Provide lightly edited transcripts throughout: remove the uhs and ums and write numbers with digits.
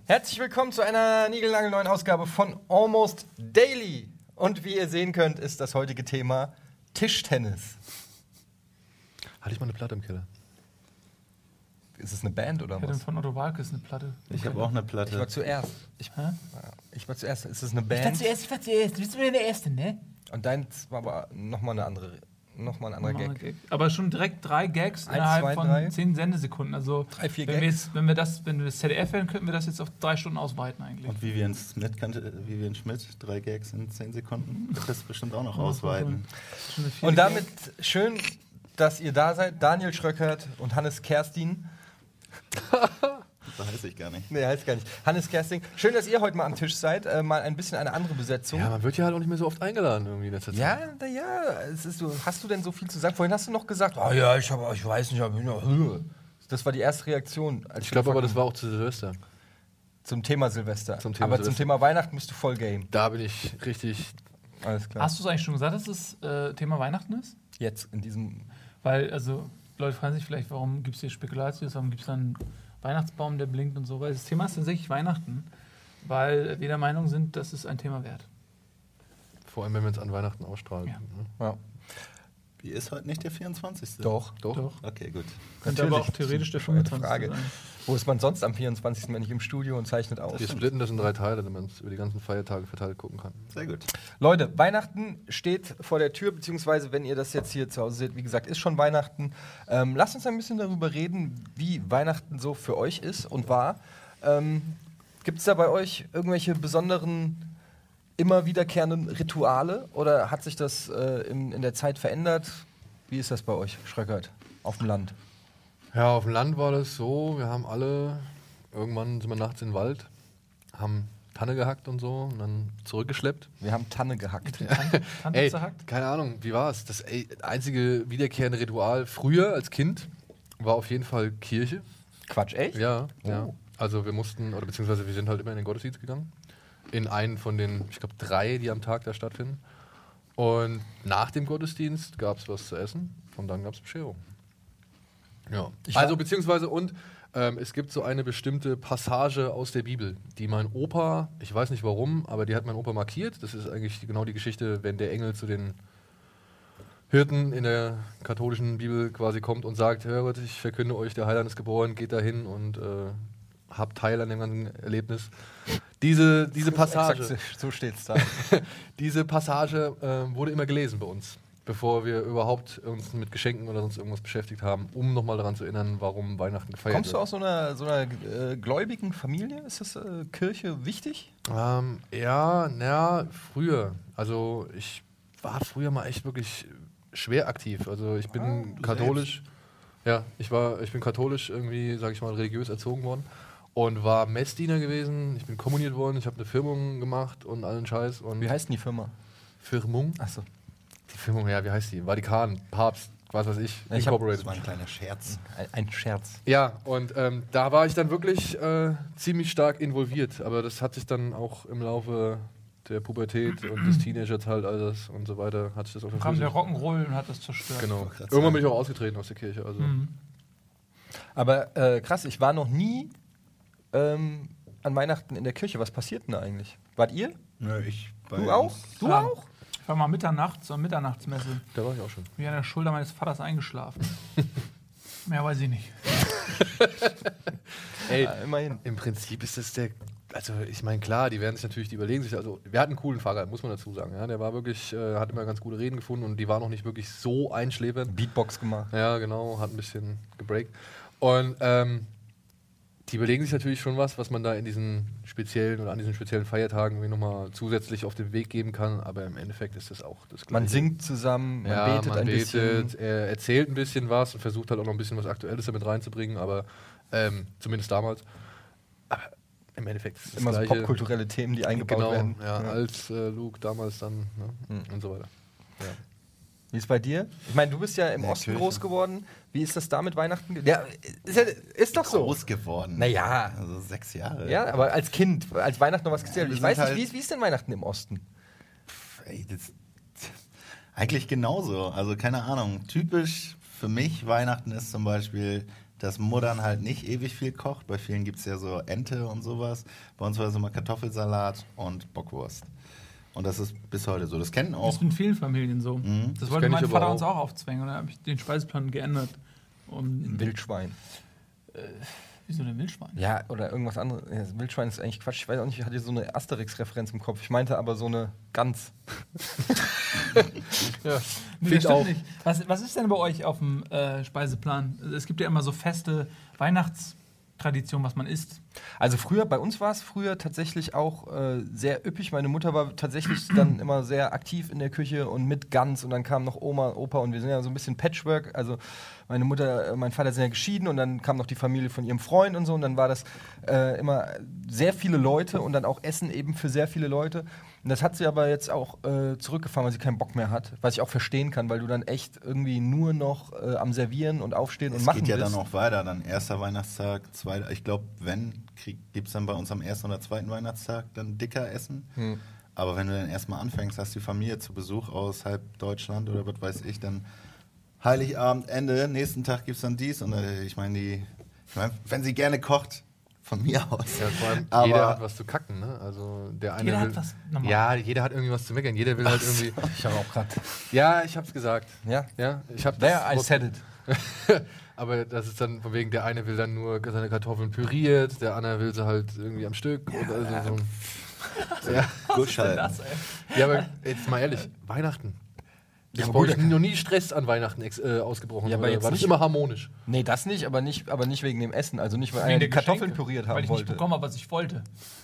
Herzlich willkommen zu einer niegelnagelneuen Ausgabe von Almost Daily. Und wie ihr sehen könnt, ist das heutige Thema Tischtennis. Hatte ich mal eine Platte im Keller? Ist es eine Band oder was? Von Otto Walkes eine Platte. Ich habe auch eine Platte. Ich war zuerst. Ich war zuerst. Ist es eine Band? Ich war zuerst. Du bist mir der Erste, ne? Und deins war aber nochmal ein anderer Gag. Aber schon direkt 3 Gags innerhalb von 10 Sendesekunden. Also 3, 4 wenn Gags. wenn wir das ZDF wären, könnten wir das jetzt auf 3 Stunden ausweiten eigentlich. Und Vivian Schmidt, 3 Gags in 10 Sekunden. Das ist bestimmt auch noch ausweiten. Und damit schön, dass ihr da seid. Daniel Schröckert und Hannes Kerstin. So heiße ich gar nicht. Nee, heißt gar nicht. Hannes Kerstin. Schön, dass ihr heute mal am Tisch seid. Mal ein bisschen eine andere Besetzung. Ja, man wird ja halt auch nicht mehr so oft eingeladen irgendwie in letzter Zeit. Ja, naja, es ist so. Hast du denn so viel zu sagen? Vorhin hast du noch gesagt, oh ja, ich weiß nicht, das war die erste Reaktion. Ich glaube aber, das war auch zu Silvester. Zum Thema Silvester. Zum Thema Weihnachten bist du voll game. Da bin ich richtig. Alles klar. Hast du es eigentlich schon gesagt, dass es Thema Weihnachten ist? Jetzt in diesem. Weil, also, Leute fragen sich vielleicht, warum gibt es hier Spekulatius, warum gibt es dann einen Weihnachtsbaum, der blinkt und so. Weil das Thema ist tatsächlich Weihnachten, weil wir der Meinung sind, dass es ein Thema wert. Vor allem, wenn wir es an Weihnachten ausstrahlen. Ja. Ne? Ja. Wie ist heute nicht der 24.? Doch. Okay, gut. Könnte aber auch theoretisch der 25. Frage. sein. Wo ist man sonst am 24. wenn nicht im Studio und zeichnet auf? Wir splitten das in 3 Teile, damit man es über die ganzen Feiertage verteilt gucken kann. Sehr gut. Leute, Weihnachten steht vor der Tür, beziehungsweise wenn ihr das jetzt hier zu Hause seht, wie gesagt, ist schon Weihnachten. Lasst uns ein bisschen darüber reden, wie Weihnachten so für euch ist und war. Gibt es da bei euch irgendwelche besonderen, immer wiederkehrenden Rituale oder hat sich das in der Zeit verändert? Wie ist das bei euch, Schröckert, auf dem Land? Ja, auf dem Land war das so, wir haben irgendwann sind wir nachts in den Wald, haben Tanne gehackt und so und dann zurückgeschleppt. Wir haben Tanne gehackt. Tanne zerhackt? Keine Ahnung, wie war es? Das einzige wiederkehrende Ritual früher als Kind war auf jeden Fall Kirche. Quatsch, echt? Ja, Oh. ja. Also wir mussten, oder beziehungsweise wir sind halt immer in den Gottesdienst gegangen. In einen von den, ich glaube, 3, die am Tag da stattfinden. Und nach dem Gottesdienst gab es was zu essen und dann gab es Bescherung. Ja. Also beziehungsweise es gibt so eine bestimmte Passage aus der Bibel, die mein Opa, ich weiß nicht warum, aber die hat mein Opa markiert. Das ist eigentlich genau die Geschichte, wenn der Engel zu den Hirten in der katholischen Bibel quasi kommt und sagt, hört, ich verkünde euch, der Heiland ist geboren, geht dahin und habt Teil an dem ganzen Erlebnis. Diese Passage, Exakt, so steht's da. diese Passage wurde immer gelesen bei uns, bevor wir überhaupt uns mit Geschenken oder sonst irgendwas beschäftigt haben, um nochmal daran zu erinnern, warum Weihnachten gefeiert Kommst du wird. aus so einer gläubigen Familie? Ist das Kirche wichtig? Ja, früher. Also ich war früher mal echt wirklich schwer aktiv. Also ich bin katholisch. Ja, ich bin katholisch irgendwie, sag ich mal, religiös erzogen worden und war Messdiener gewesen. Ich bin kommuniert worden, ich habe eine Firmung gemacht und allen Scheiß. Und Wie heißt denn die Firma? Firmung? Achso. Die Firmung, ja, wie heißt die? Vatikan, Papst, was weiß ich, Ich Incorporated. Das war ein kleiner Scherz. Ein Scherz. Ja, und da war ich dann wirklich ziemlich stark involviert. Aber das hat sich dann auch im Laufe der Pubertät und des Teenagerzeitalters und so weiter, hat sich das auch Kam der verflüssigt. Rock'n'Roll und hat das zerstört. Genau. Ich wollte grad Irgendwann bin sagen. ich auch ausgetreten aus der Kirche. Also. Aber krass, ich war noch nie an Weihnachten in der Kirche. Was passiert denn da eigentlich? Wart ihr? Nö, Du auch? Du Ja. auch? Ich war mal Mitternacht zur Mitternachtsmesse. Da war ich auch schon. Bin an der Schulter meines Vaters eingeschlafen. Mehr weiß ich nicht. Ey, Immerhin. im Prinzip ist das also ich meine, klar, die überlegen sich, also wir hatten einen coolen Fahrer, muss man dazu sagen. Ja, der war wirklich, hat immer ganz gute Reden gefunden und die waren noch nicht wirklich so einschläfernd. Beatbox gemacht. Ja, genau, hat ein bisschen gebreakt. Und die überlegen sich natürlich schon was man da in diesen speziellen oder an diesen speziellen Feiertagen irgendwie nochmal zusätzlich auf den Weg geben kann, aber im Endeffekt ist das auch das Gleiche. Man singt zusammen, man ja, betet ein bisschen. er erzählt ein bisschen was und versucht halt auch noch ein bisschen was Aktuelles damit reinzubringen, aber zumindest damals. Aber im Endeffekt ist es das Immer so Gleiche. popkulturelle Themen, die eingebaut werden. Ja, als Luke damals dann und so weiter. Ja. Wie ist es bei dir? Ich meine, du bist ja im Ja, Osten Kirche. groß geworden. Wie ist das da mit Weihnachten? Ja, ist doch so. Groß geworden. Naja. Also 6 Jahre. Ja, aber als Kind, als Weihnachten noch was gezählt. wir Ich sind weiß nicht, halt- wie ist denn Weihnachten im Osten? Ey, eigentlich genauso. Also keine Ahnung. Typisch für mich Weihnachten ist zum Beispiel, dass Muttern halt nicht ewig viel kocht. Bei vielen gibt es ja so Ente und sowas. Bei uns war es immer Kartoffelsalat und Bockwurst. Und das ist bis heute so. Das kennen auch. Das ist in vielen Familien so. Das wollte kenn ich mein aber Vater auch. uns auch aufzwängen. Und dann habe ich den Speiseplan geändert. Wildschwein. Wieso denn Wildschwein? Ja, oder irgendwas anderes. Ja, Wildschwein ist eigentlich Quatsch. Ich weiß auch nicht, ich hatte so eine Asterix-Referenz im Kopf. Ich meinte aber so eine Gans. Ja, Nee, das stimmt nicht. Was ist denn bei euch auf dem Speiseplan? Es gibt ja immer so feste Weihnachtstraditionen, was man isst. Also bei uns war es früher tatsächlich auch sehr üppig. Meine Mutter war tatsächlich dann immer sehr aktiv in der Küche und mit Gans und dann kamen noch Oma, Opa und wir sind ja so ein bisschen Patchwork. Also meine Mutter, mein Vater sind ja geschieden und dann kam noch die Familie von ihrem Freund und so und dann war das immer sehr viele Leute und dann auch Essen eben für sehr viele Leute. Und das hat sie aber jetzt auch zurückgefahren, weil sie keinen Bock mehr hat, was ich auch verstehen kann, weil du dann echt irgendwie nur noch am Servieren und Aufstehen und machen Es geht ja bist. dann auch weiter, dann erster Weihnachtstag, zweiter, ich glaube, gibt es dann bei uns am ersten oder zweiten Weihnachtstag dann dicker Essen. Aber wenn du dann erstmal anfängst, hast die Familie zu Besuch aus halb Deutschland oder was weiß ich, dann Heiligabend, Ende, nächsten Tag gibt es dann dies und ich meine, wenn sie gerne kocht, von mir aus. Ja, vor allem, Aber jeder hat was zu kacken, ne? Also der eine Jeder will, hat was normal. Ja, jeder hat irgendwie was zu meckern. Jeder will halt irgendwie. Ich habe auch gerade. Ja, ich hab's gesagt. Ja. Ja, ich hab There, I das said it. Aber das ist dann von wegen, der eine will dann nur seine Kartoffeln püriert, der andere will sie halt irgendwie am Stück. Ja, oder so. Ja. Gusch halt. Ja, aber jetzt mal ehrlich, Weihnachten. Ja, Ist aber bei euch gut. noch nie Stress an Weihnachten ausgebrochen. Ja, aber oder jetzt war das nicht- immer harmonisch? Nee, das nicht, aber nicht wegen dem Essen. Also nicht, weil Wegen einer der die Kartoffeln Geschenke, püriert Weil haben ich nicht wollte. bekommen habe, was ich wollte.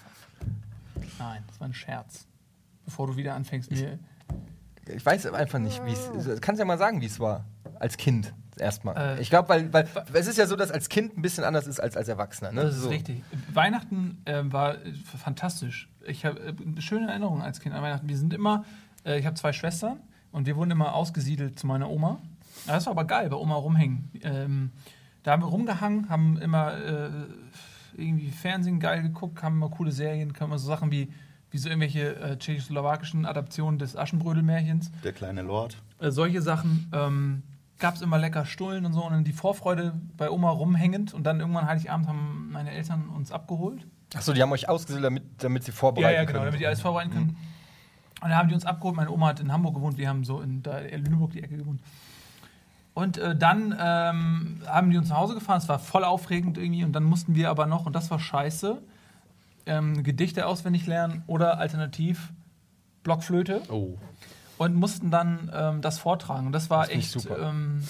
Nein, das war ein Scherz. Bevor du wieder anfängst, mir. Ich weiß einfach nicht, wie es. Kannst ja mal sagen, wie es war. Als Kind erstmal. Äh, Ich glaube, weil es ist ja so, dass als Kind ein bisschen anders ist als Erwachsener. Ne? Das ist so. richtig. Weihnachten war fantastisch. Ich habe schöne Erinnerungen als Kind an Weihnachten. Wir sind immer, ich habe 2 Schwestern und wir wurden immer ausgesiedelt zu meiner Oma. Das war aber geil, bei Oma rumhängen. Da haben wir rumgehangen, haben immer irgendwie Fernsehen geil geguckt, haben immer coole Serien, kamen immer so Sachen wie so irgendwelche tschechoslowakischen Adaptionen des Aschenbrödel-Märchens. Der kleine Lord. Solche Sachen. Gab es immer lecker Stullen und so und dann die Vorfreude bei Oma rumhängend und dann irgendwann Heiligabend haben meine Eltern uns abgeholt. Achso, die haben euch ausgesiedelt, damit sie vorbereiten Ja, können. genau, damit die alles vorbereiten können. Und dann haben die uns abgeholt. Meine Oma hat in Hamburg gewohnt, wir haben so in Lüneburg die Ecke gewohnt. Und dann haben die uns nach Hause gefahren, es war voll aufregend irgendwie und dann mussten wir aber noch, und das war scheiße, Gedichte auswendig lernen oder alternativ Blockflöte. Oh. Und mussten dann das vortragen. Und das war Das find ich echt super.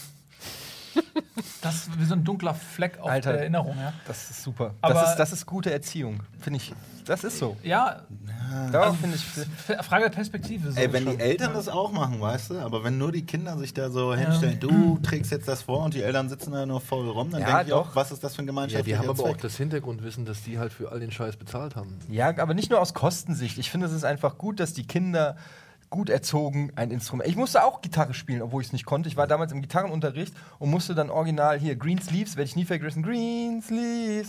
das ist wie so ein dunkler Fleck auf Alter. der Erinnerung. Ja, Das ist super. Aber- Das ist gute Erziehung, finde ich. Das ist so. ja Da finde ich. Frage der Perspektive. So Ey, wenn schon. die Eltern das auch machen, weißt du, aber wenn nur die Kinder sich da so hinstellen, du trägst jetzt das vor und die Eltern sitzen da nur faul rum, dann Ja, denke ich doch. auch, was ist das für ein Ja, gemeinschaftlicher die haben aber auch Zweck? das Hintergrundwissen, dass die halt für all den Scheiß bezahlt haben. Ja, aber nicht nur aus Kostensicht. Ich finde, es ist einfach gut, dass die Kinder gut erzogen ein Instrument. Ich musste auch Gitarre spielen, obwohl ich es nicht konnte. Ich war damals im Gitarrenunterricht und musste dann original hier Green Sleeves, werde ich nie vergessen. Green Sleeves,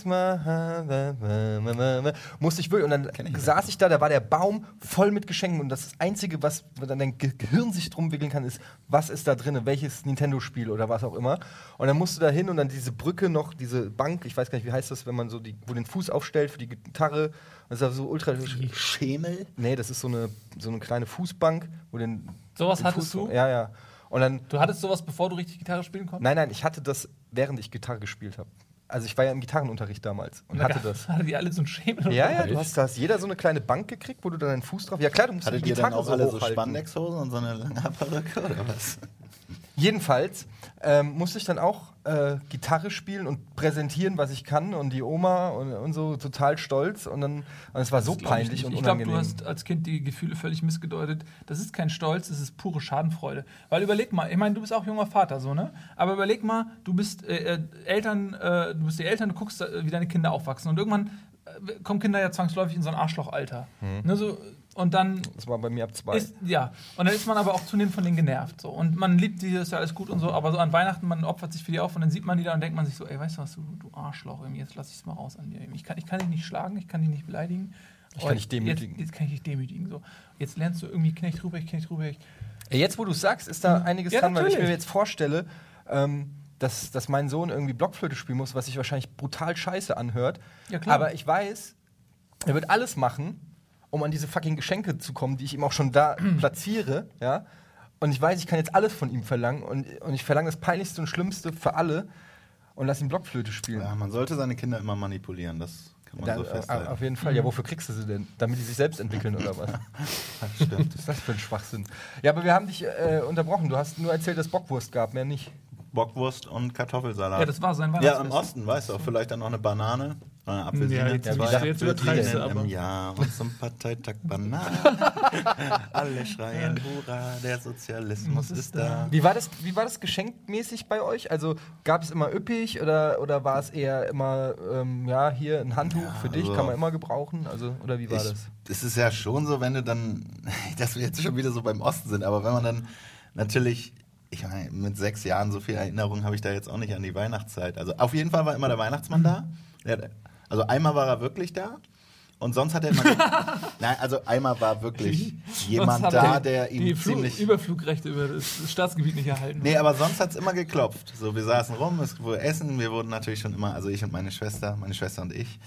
musste ich wirklich. Und dann saß ich da war der Baum voll mit Geschenken und das Einzige, was dann dein Gehirn sich drum wickeln kann, ist, was ist da drin, welches Nintendo-Spiel oder was auch immer. Und dann musst du da hin und dann diese Brücke noch, diese Bank, ich weiß gar nicht, wie heißt das, wenn man so wo den Fuß aufstellt für die Gitarre. Das ist ja so ultra. Schemel? Nee, das ist so eine kleine Fußbank, wo Sowas den hattest Fuß, du? Ja, ja. Und dann, Du hattest sowas, bevor du richtig Gitarre spielen konntest? nein, ich hatte das, während ich Gitarre gespielt habe. Also ich war ja im Gitarrenunterricht damals und hatte das. Hatte die alle so ein Schemel? Ja, ja, Echt? da hast jeder so eine kleine Bank gekriegt, wo du dann deinen Fuß drauf. Ja klar, du musst Hattet die ihr dann Gitarre auch alle so hochhalten. Spandexhosen und so eine lange Perücke oder was? Jedenfalls musste ich dann auch Gitarre spielen und präsentieren, was ich kann und die Oma und so total stolz und es war so peinlich und Ich glaube, unangenehm. du hast als Kind die Gefühle völlig missgedeutet. Das ist kein Stolz, das ist pure Schadenfreude. Weil überleg mal, ich meine, du bist auch junger Vater, so, ne? Aber überleg mal, du bist Eltern, du guckst, wie deine Kinder aufwachsen und irgendwann kommen Kinder ja zwangsläufig in so ein Arschlochalter. Ne, so, und dann Das war bei mir ab 2. und dann ist man aber auch zunehmend von denen genervt. So. Und man liebt die, ist ja alles gut und so, aber so an Weihnachten, man opfert sich für die auf und dann sieht man die da und denkt man sich so, ey, weißt du was, du Arschloch, irgendwie, jetzt lass ich es mal raus an dir. Ich kann dich nicht schlagen, ich kann dich nicht beleidigen. Ich kann dich demütigen. Jetzt kann ich dich demütigen. So. Jetzt lernst du irgendwie Knecht Ruprecht. Jetzt, wo du es sagst, ist da einiges Ja, dran, weil ich natürlich. mir jetzt vorstelle, dass mein Sohn irgendwie Blockflöte spielen muss, was sich wahrscheinlich brutal scheiße anhört. Ja, klar. Aber ich weiß, er wird alles machen, um an diese fucking Geschenke zu kommen, die ich ihm auch schon da platziere, ja. Und ich weiß, ich kann jetzt alles von ihm verlangen und ich verlange das Peinlichste und Schlimmste für alle und lass ihn Blockflöte spielen. Ja, man sollte seine Kinder immer manipulieren, das kann man so festhalten. Auf jeden Fall. Ja, wofür kriegst du sie denn? Damit die sich selbst entwickeln oder was? Stimmt. Was ist das für ein Schwachsinn? Ja, aber wir haben dich unterbrochen. Du hast nur erzählt, dass es Bockwurst gab, mehr nicht. Bockwurst und Kartoffelsalat. Ja, das war sein Ja, Weihnachtsfest. im Osten, weißt du, auch vielleicht dann noch eine Banane oder eine Apfelsine. Ja, jetzt übertreibst Apfelsinen du aber. im Jahr und zum Parteitag Banane. Alle schreien Hurra, der Sozialismus ist da. Wie war das geschenkmäßig bei euch? Also gab es immer üppig oder war es eher immer, ja, hier ein Handtuch für dich, also kann man immer gebrauchen? Also, oder wie war das? Es ist ja schon so, wenn du dann, dass wir jetzt schon wieder so beim Osten sind, aber wenn man dann natürlich, ich meine, mit 6 Jahren so viel Erinnerung habe ich da jetzt auch nicht an die Weihnachtszeit. Also auf jeden Fall war immer der Weihnachtsmann da. Also einmal war er wirklich da. Und sonst hat er immer. Nein, also einmal war wirklich jemand Sonst hat da, er der ihm die ziemlich. Überflugrechte über das Staatsgebiet nicht erhalten. Nee, aber sonst hat es immer geklopft. So, wir saßen rum, es wurde Essen, wir wurden natürlich schon immer, also ich und meine Schwester und ich,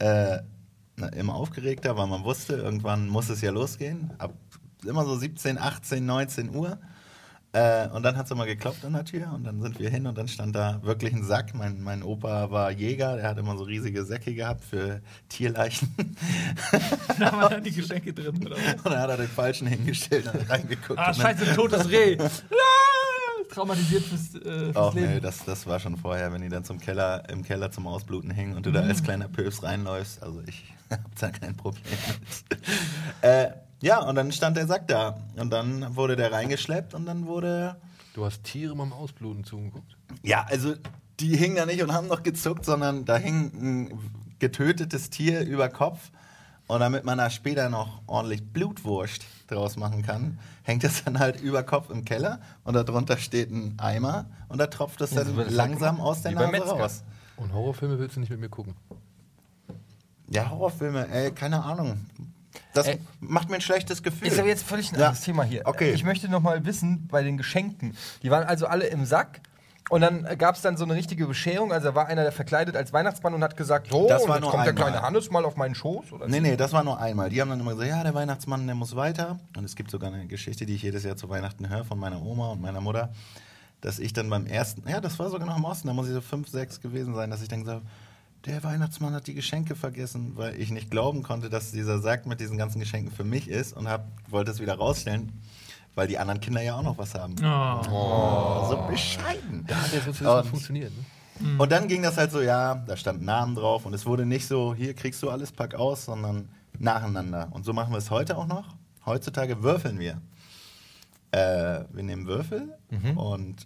immer aufgeregter, weil man wusste, irgendwann muss es ja losgehen. Immer so 17, 18, 19 Uhr. Und dann hat es immer geklopft an der Tür und dann sind wir hin und dann stand da wirklich ein Sack. Mein Opa war Jäger, der hat immer so riesige Säcke gehabt für Tierleichen. Da waren dann die Geschenke drin, oder was? Und dann hat er den Falschen hingestellt und hat reingeguckt. Ah, und dann- scheiße, totes Reh. Traumatisiert fürs Och Leben. nee, das war schon vorher, wenn die dann im Keller zum Ausbluten hängen und du da als kleiner Pöps reinläufst. Also ich hab da kein Problem mit. Ja, und dann stand der Sack da. Und dann wurde der reingeschleppt und dann wurde... Du hast Tiere beim Ausbluten zugeguckt. Ja, also die hingen da nicht und haben noch gezuckt, sondern da hing ein getötetes Tier über Kopf. Und damit man da später noch ordentlich Blutwurst draus machen kann, hängt das dann halt über Kopf im Keller und darunter steht ein Eimer und da tropft es dann so wird das langsam aus der wie beim Nase Metzger. raus. Und Horrorfilme willst du nicht mit mir gucken? Ja, Horrorfilme, keine Ahnung. Das Ey. macht mir ein schlechtes Gefühl. Ist aber jetzt völlig ein Ja. anderes Thema hier. Okay. Ich möchte noch mal wissen, bei den Geschenken, die waren also alle im Sack und dann gab es dann so eine richtige Bescherung, also da war einer, der verkleidet als Weihnachtsmann und hat gesagt, so, Das und war jetzt nur kommt der einmal. kleine Hannes mal auf meinen Schoß. Oder? Nee, das war nur einmal. Die haben dann immer gesagt, ja, der Weihnachtsmann, der muss weiter. Und es gibt sogar eine Geschichte, die ich jedes Jahr zu Weihnachten höre von meiner Oma und meiner Mutter, dass ich dann beim ersten, ja, das war sogar noch im Osten, da muss ich so 5, 6 gewesen sein, dass ich dann gesagt habe, der Weihnachtsmann hat die Geschenke vergessen, weil ich nicht glauben konnte, dass dieser Sack mit diesen ganzen Geschenken für mich ist und wollte es wieder rausstellen, weil die anderen Kinder ja auch noch was haben. Oh. So bescheiden. Da hat der Sozialismus Und- funktioniert, ne? Und dann ging das halt so, ja, da standen Namen drauf und es wurde nicht so, hier kriegst du alles, pack aus, sondern nacheinander. Und so machen wir es heute auch noch. Heutzutage würfeln wir. Wir nehmen Würfel und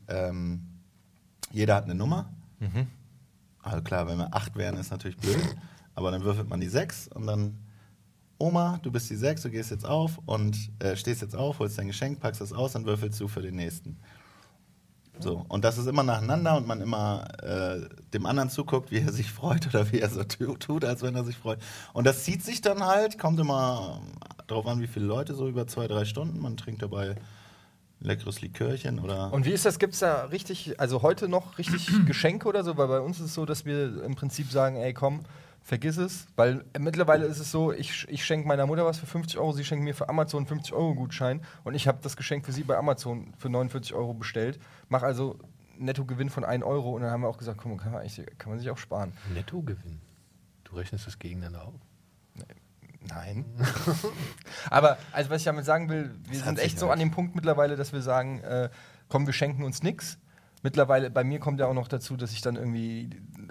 jeder hat eine Nummer. Also klar, wenn wir 8 wären, ist natürlich blöd, aber dann würfelt man die 6 und dann, Oma, du bist die 6, du gehst jetzt auf und stehst jetzt auf, holst dein Geschenk, packst das aus und würfelst du für den nächsten. So, und das ist immer nacheinander und man immer dem anderen zuguckt, wie er sich freut oder wie er so tut, als wenn er sich freut. Und das zieht sich dann halt, kommt immer darauf an, wie viele Leute, so über 2, 3 Stunden. Man trinkt dabei leckeres Likörchen oder... Und wie ist das? Gibt es da richtig, also heute noch richtig Geschenke oder so? Weil bei uns ist es so, dass wir im Prinzip sagen, ey komm, vergiss es. Weil mittlerweile ist es so, ich schenke meiner Mutter was für 50 Euro, sie schenkt mir für Amazon 50 Euro Gutschein und ich habe das Geschenk für sie bei Amazon für 49 Euro bestellt. Mach also Nettogewinn von 1 Euro und dann haben wir auch gesagt, komm, kann man sich auch sparen. Nettogewinn. Du rechnest das gegeneinander auf. Nein. Aber also was ich damit sagen will, wir hat sind sich echt so halt. an dem Punkt mittlerweile, dass wir sagen, komm, wir schenken uns nichts. Mittlerweile, bei mir kommt ja auch noch dazu, dass ich dann irgendwie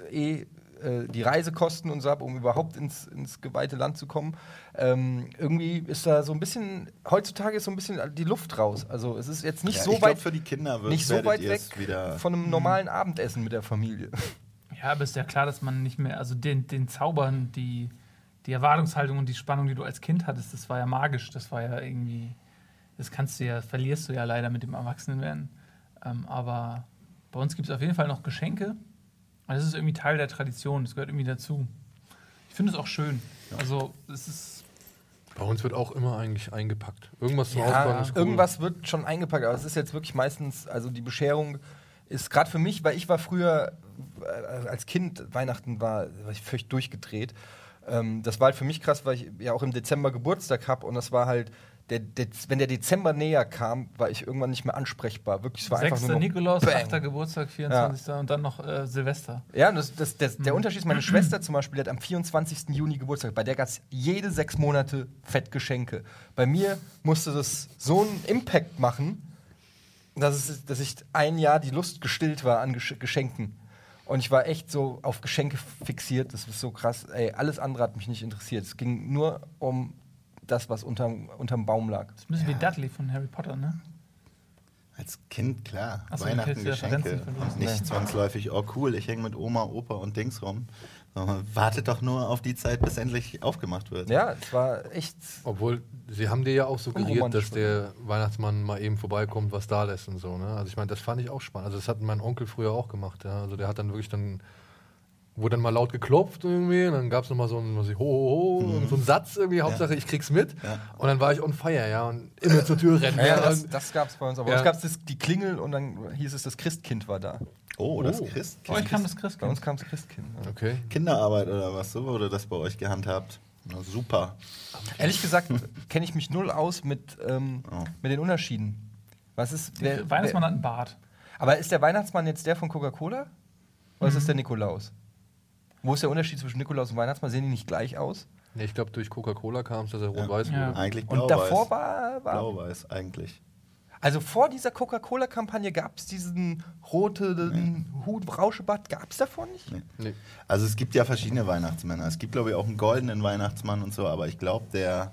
die Reisekosten und so habe, um überhaupt ins geweihte Land zu kommen. Irgendwie ist da so ein bisschen, heutzutage ist so ein bisschen die Luft raus. Also es ist jetzt nicht Ja, so ich glaub, weit, für die Kinder nicht so werdet weit ihr weg es wieder... von einem normalen Abendessen mit der Familie. Ja, aber ist ja klar, dass man nicht mehr, also den Zaubern, die Erwartungshaltung und die Spannung, die du als Kind hattest, das war ja magisch, das war ja irgendwie, verlierst du ja leider mit dem Erwachsenenwerden. Aber bei uns gibt es auf jeden Fall noch Geschenke. Das ist irgendwie Teil der Tradition, das gehört irgendwie dazu. Ich finde es auch schön. Also es ist... Bei uns wird auch immer eigentlich eingepackt. Irgendwas zum Auspacken ist cool. Irgendwas wird schon eingepackt, aber es ist jetzt wirklich meistens, also die Bescherung ist gerade für mich, weil ich war früher als Kind, Weihnachten war ich völlig durchgedreht. Das war halt für mich krass, weil ich ja auch im Dezember Geburtstag habe und das war halt, wenn der Dezember näher kam, war ich irgendwann nicht mehr ansprechbar. Wirklich, es war 6. einfach nur noch Nikolaus, bang. 8. Geburtstag, 24. Und dann noch Silvester. Ja, und der Unterschied ist, meine Schwester zum Beispiel, die hat am 24. Juni Geburtstag. Bei der gab es jede 6 Monate Fettgeschenke. Bei mir musste das so einen Impact machen, dass ich ein Jahr die Lust gestillt war an Geschenken. Und ich war echt so auf Geschenke fixiert. Das ist so krass. Ey, alles andere hat mich nicht interessiert. Es ging nur um das, was unterm Baum lag. Das ist ein bisschen wie Dudley von Harry Potter, ne? Als Kind, klar. Ach so, Weihnachten, du kennst die Geschenke. Referenzen von uns. Nicht zwangsläufig, oh cool, ich hänge mit Oma, Opa und Dings rum. Sondern wartet doch nur auf die Zeit, bis endlich aufgemacht wird. Ja, es war echt. Obwohl, sie haben dir ja auch suggeriert, Unromantisch, dass der Weihnachtsmann mal eben vorbeikommt, was da lässt und so. Ne? Also ich meine, das fand ich auch spannend. Also das hat mein Onkel früher auch gemacht. Ja? Also der hat dann wirklich wurde dann mal laut geklopft irgendwie und dann gab es nochmal so ein ho, ho, ho, und so einen Satz irgendwie, Hauptsache ich krieg's mit. Ja. Und dann war ich on fire, ja, und immer zur Tür rennen. Ja, ja, das gab es bei uns. Aber Ja. uns gab es die Klingel und dann hieß es, das Christkind war da. Oh, das Christ. Bei euch kam das Bei Christkind. uns kam das Christkind. Ja. Okay. Kinderarbeit oder was? So wurde das bei euch gehandhabt. Na, super. Ehrlich gesagt kenne ich mich null aus mit den Unterschieden. Was ist Der Weihnachtsmann hat einen Bart. aber ist der Weihnachtsmann jetzt der von Coca-Cola? Oder ist das der Nikolaus? Wo ist der Unterschied zwischen Nikolaus und Weihnachtsmann? Sehen die nicht gleich aus? Nee, ich glaube, durch Coca-Cola kam es, dass er rot-weiß Ja. wurde. Eigentlich Und blau-weiß. davor war Blau-weiß, eigentlich. also vor dieser Coca-Cola-Kampagne gab es diesen roten Rauschebart. Gab es davor nicht? Nee. Also es gibt ja verschiedene Weihnachtsmänner. Es gibt, glaube ich, auch einen goldenen Weihnachtsmann und so, aber ich glaube,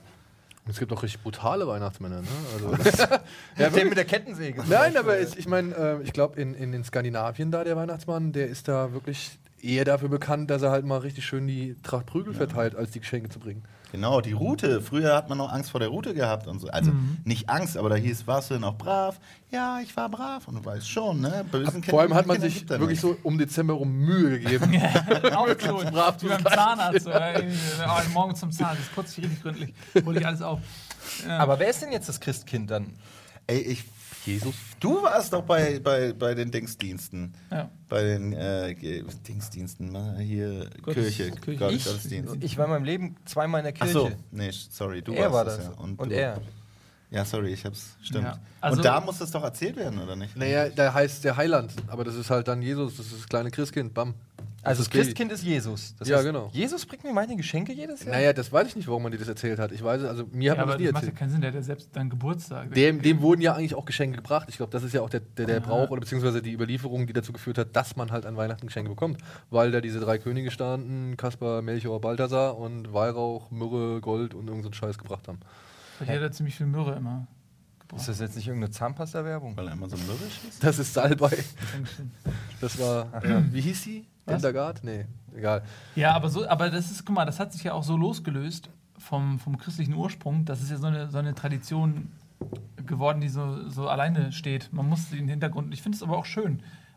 Es gibt auch richtig brutale Weihnachtsmänner, ne? Also, Der mit der Kettensäge. nein, aber ich meine, ich glaube, in Skandinavien da, der Weihnachtsmann, der ist da wirklich eher dafür bekannt, dass er halt mal richtig schön die Tracht Prügel verteilt, als die Geschenke zu bringen. genau, die Route. Früher hat man noch Angst vor der Route gehabt und so. Also nicht Angst, aber da hieß, warst du denn auch brav? Ja, ich war brav. Und du weißt schon, ne? Bösen Vor allem hat man Kinder sich gibt er wirklich nicht. so um Dezember rum Mühe gegeben. Aufgeholt. brav Wie beim Zahnarzt. Morgen zum Zahnarzt. Das putze ich richtig gründlich. Hol ich alles auf. Ja. Aber wer ist denn jetzt das Christkind dann? Ey, Jesus. du warst doch bei den Dingsdiensten. Ja. Bei den Dingsdiensten, hier Kirche. Kirche. Gottesdienst. Ich war in meinem Leben zweimal in der Ach Kirche. so, nee, sorry, du Er war warst das. ja. Und du. er. Ja, sorry, stimmt. Ja. Also- und da muss das doch erzählt werden, oder nicht? Naja, der heißt der Heiland, aber das ist halt dann Jesus, das ist das kleine Christkind, bam. Also das ist Baby. Christkind ist Jesus. Das Ja, heißt, genau. Jesus bringt mir meine Geschenke jedes Jahr? Naja, das weiß ich nicht, warum man dir das erzählt hat. Ich weiß es, also mir Ja, hat man aber das nie das macht ja erzählt. keinen Sinn, der hat ja selbst dann Geburtstag. Dem wurden ja eigentlich auch Geschenke gebracht. Ich glaube, das ist ja auch der Brauch oder beziehungsweise die Überlieferung, die dazu geführt hat, dass man halt an Weihnachten Geschenke bekommt. Weil da diese 3 Könige standen, Kaspar, Melchior, Balthasar und Weihrauch, Myrrhe, Gold und irgend so einen Scheiß gebracht haben. Weil der hat ja ziemlich viel Myrrhe immer gebraucht. Ist das jetzt nicht irgendeine Zahnpasta-Werbung? Weil er immer so mürrisch ist? Das ist Salbei. Dankeschön. Das war, wie hieß sie? Was? Hildegard? Nee, egal. Ja, aber das ist, guck mal, das hat sich ja auch so losgelöst vom christlichen Ursprung. Das ist ja so eine Tradition geworden, die so alleine steht. Man muss den Hintergrund. Ich finde es aber auch schön.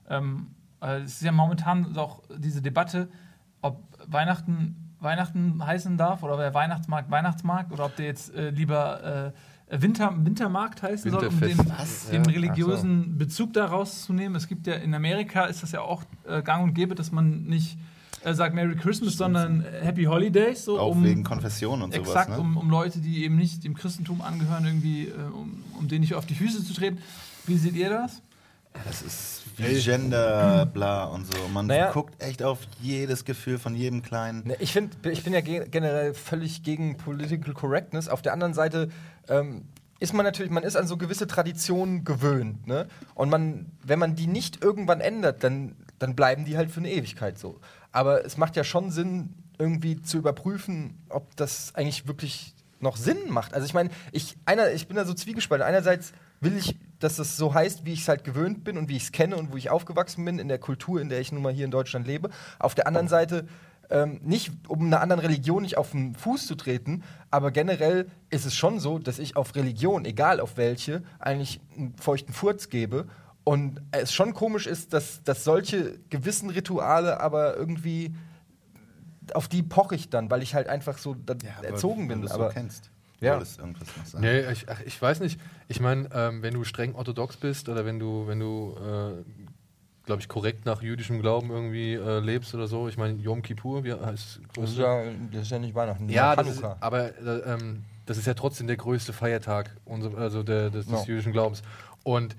Es ist ja momentan auch diese Debatte, ob Weihnachten heißen darf oder der Weihnachtsmarkt oder ob der jetzt lieber Wintermarkt heißen soll, um den, Winterfest. den religiösen Bezug daraus zu nehmen. Es gibt ja in Amerika ist das ja auch gang und gäbe, dass man nicht sagt Merry Christmas, sondern Happy Holidays. So, Auch wegen Konfession und sowas, exakt, ne? um Leute, die eben nicht dem Christentum angehören, irgendwie, um denen nicht auf die Füße zu treten. Wie seht ihr das? Das ist wie Gender, bla und so. Man Naja. guckt echt auf jedes Gefühl von jedem Kleinen. Ne, ich bin ja generell völlig gegen Political Correctness. Auf der anderen Seite ist man ist an so gewisse Traditionen gewöhnt. Ne? Und wenn man die nicht irgendwann ändert, dann bleiben die halt für eine Ewigkeit so. Aber es macht ja schon Sinn, irgendwie zu überprüfen, ob das eigentlich wirklich noch Sinn macht. Also ich meine, ich bin da so zwiegespalten. Einerseits will ich, dass es so heißt, wie ich es halt gewöhnt bin und wie ich es kenne und wo ich aufgewachsen bin, in der Kultur, in der ich nun mal hier in Deutschland lebe. Auf der anderen Seite nicht, um einer anderen Religion nicht auf den Fuß zu treten, aber generell ist es schon so, dass ich auf Religion, egal auf welche, eigentlich einen feuchten Furz gebe. Und es schon komisch ist, dass solche gewissen Rituale aber irgendwie auf die poche ich dann, weil ich halt einfach so erzogen bin. Wenn du Aber so kennst. Ja. Wolltest irgendwas noch sagen? Nee, ich weiß nicht. Ich meine, wenn du streng orthodox bist oder wenn du glaube ich, korrekt nach jüdischem Glauben irgendwie lebst oder so. Ich meine, Yom Kippur, wie heißt Das ist ja nicht Weihnachten. ja, das das ist, Hanukkah. aber das ist ja trotzdem der größte Feiertag des jüdischen Glaubens. Und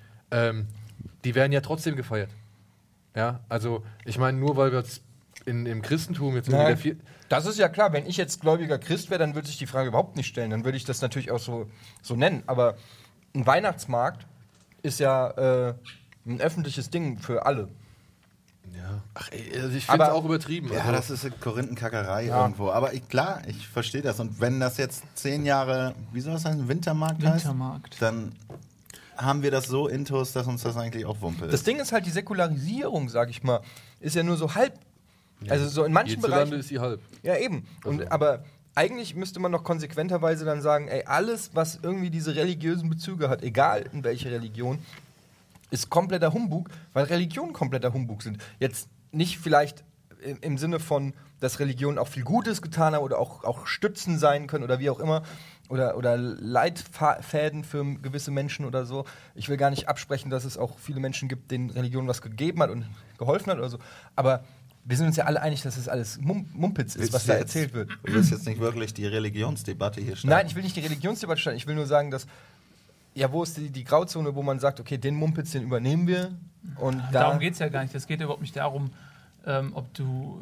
die werden ja trotzdem gefeiert. Ja, also ich meine, nur weil wir jetzt im Christentum jetzt irgendwie Das ist ja klar, wenn ich jetzt gläubiger Christ wäre, dann würde ich die Frage überhaupt nicht stellen. Dann würde ich das natürlich auch so nennen. Aber ein Weihnachtsmarkt ist ja ein öffentliches Ding für alle. Ja. Ach, ey, also ich finde es auch übertrieben. Ja, also, das ist eine Korinthenkackerei irgendwo. Aber klar, ich verstehe das. Und wenn das jetzt 10 Jahre, wie soll das heißen, Wintermarkt heißt, dann haben wir das so intus, dass uns das eigentlich auch Wumpe ist. Das Ding ist halt, die Säkularisierung, sag ich mal, ist ja nur so halb. Also so in manchen Bereichen ist sie halb. Ja, eben. Aber eigentlich müsste man noch konsequenterweise dann sagen, ey, alles, was irgendwie diese religiösen Bezüge hat, egal in welche Religion, ist kompletter Humbug, weil Religionen kompletter Humbug sind. Jetzt nicht vielleicht im Sinne von, dass Religionen auch viel Gutes getan haben oder auch Stützen sein können oder wie auch immer. Oder Leitfäden für gewisse Menschen oder so. Ich will gar nicht absprechen, dass es auch viele Menschen gibt, denen Religion was gegeben hat und geholfen hat oder so. Aber wir sind uns ja alle einig, dass es alles Mumpitz ist, was da erzählt wird. Du willst jetzt nicht wirklich die Religionsdebatte hier starten. Nein, ich will nicht die Religionsdebatte starten. Ich will nur sagen, dass, ja, wo ist die Grauzone, wo man sagt, okay, den Mumpitz, den übernehmen wir. Und darum geht es ja gar nicht. Es geht ja überhaupt nicht darum, ob du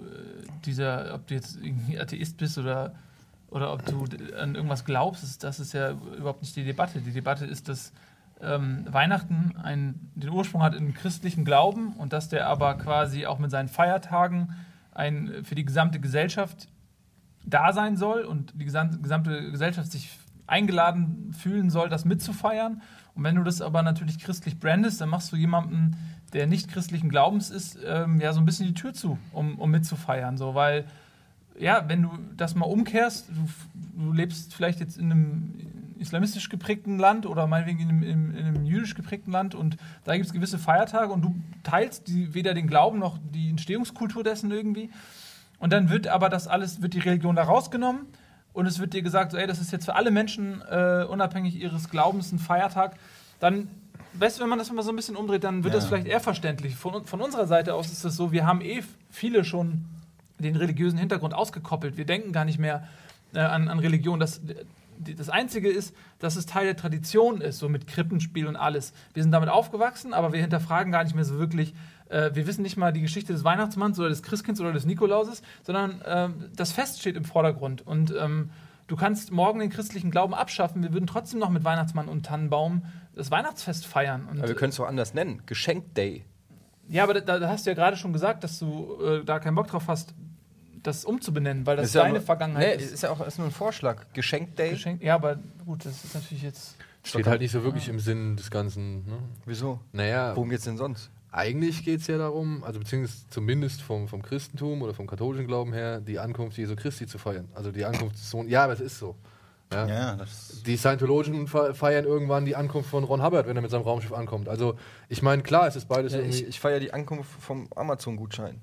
jetzt irgendwie Atheist bist oder ob du an irgendwas glaubst. Das ist ja überhaupt nicht die Debatte. Die Debatte ist, dass Weihnachten den Ursprung hat im christlichen Glauben und dass der aber quasi auch mit seinen Feiertagen für die gesamte Gesellschaft da sein soll und die gesamte Gesellschaft sich eingeladen fühlen soll, das mitzufeiern. Und wenn du das aber natürlich christlich brandest, dann machst du jemanden, der nicht christlichen Glaubens ist, ja so ein bisschen die Tür zu, um mitzufeiern. So, weil, ja, wenn du das mal umkehrst, du lebst vielleicht jetzt in einem islamistisch geprägten Land oder meinetwegen in einem jüdisch geprägten Land und da gibt es gewisse Feiertage und du teilst weder den Glauben noch die Entstehungskultur dessen irgendwie. Und dann wird aber wird die Religion da rausgenommen und es wird dir gesagt, so, ey, das ist jetzt für alle Menschen unabhängig ihres Glaubens ein Feiertag. Dann, weißt du, wenn man das mal so ein bisschen umdreht, dann wird das vielleicht eher verständlich. Von unserer Seite aus ist das so, wir haben viele schon den religiösen Hintergrund ausgekoppelt. Wir denken gar nicht mehr an Religion. Das Einzige ist, dass es Teil der Tradition ist, so mit Krippenspiel und alles. Wir sind damit aufgewachsen, aber wir hinterfragen gar nicht mehr so wirklich. Wir wissen nicht mal die Geschichte des Weihnachtsmanns oder des Christkinds oder des Nikolauses, sondern das Fest steht im Vordergrund. Und du kannst morgen den christlichen Glauben abschaffen. Wir würden trotzdem noch mit Weihnachtsmann und Tannenbaum das Weihnachtsfest feiern. Und, aber wir können es auch anders nennen. Geschenk-Day. Ja, aber da hast du ja gerade schon gesagt, dass du da keinen Bock drauf hast, das umzubenennen, weil das ist deine Vergangenheit ist. Ja auch nur ein Vorschlag. Geschenk-Day. Ja, aber gut, das ist natürlich jetzt... Steht halt nicht so wirklich im Sinn des Ganzen. Ne? Wieso? Naja, worum geht's denn sonst? Eigentlich geht es ja darum, also beziehungsweise zumindest vom Christentum oder vom katholischen Glauben her, die Ankunft Jesu Christi zu feiern. Also die Ankunft des Sohnes. Ja, aber es ist so. Ja, die Scientologien feiern irgendwann die Ankunft von Ron Hubbard, wenn er mit seinem Raumschiff ankommt. Also ich meine, klar, es ist beides irgendwie... Ich feiere die Ankunft vom Amazon-Gutschein.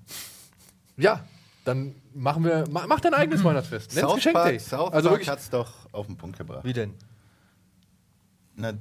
Ja, dann mach dein eigenes Weihnachtsfest. Nenn's Geschenk-Day. South Park hat's doch auf den Punkt gebracht. Wie denn? Na,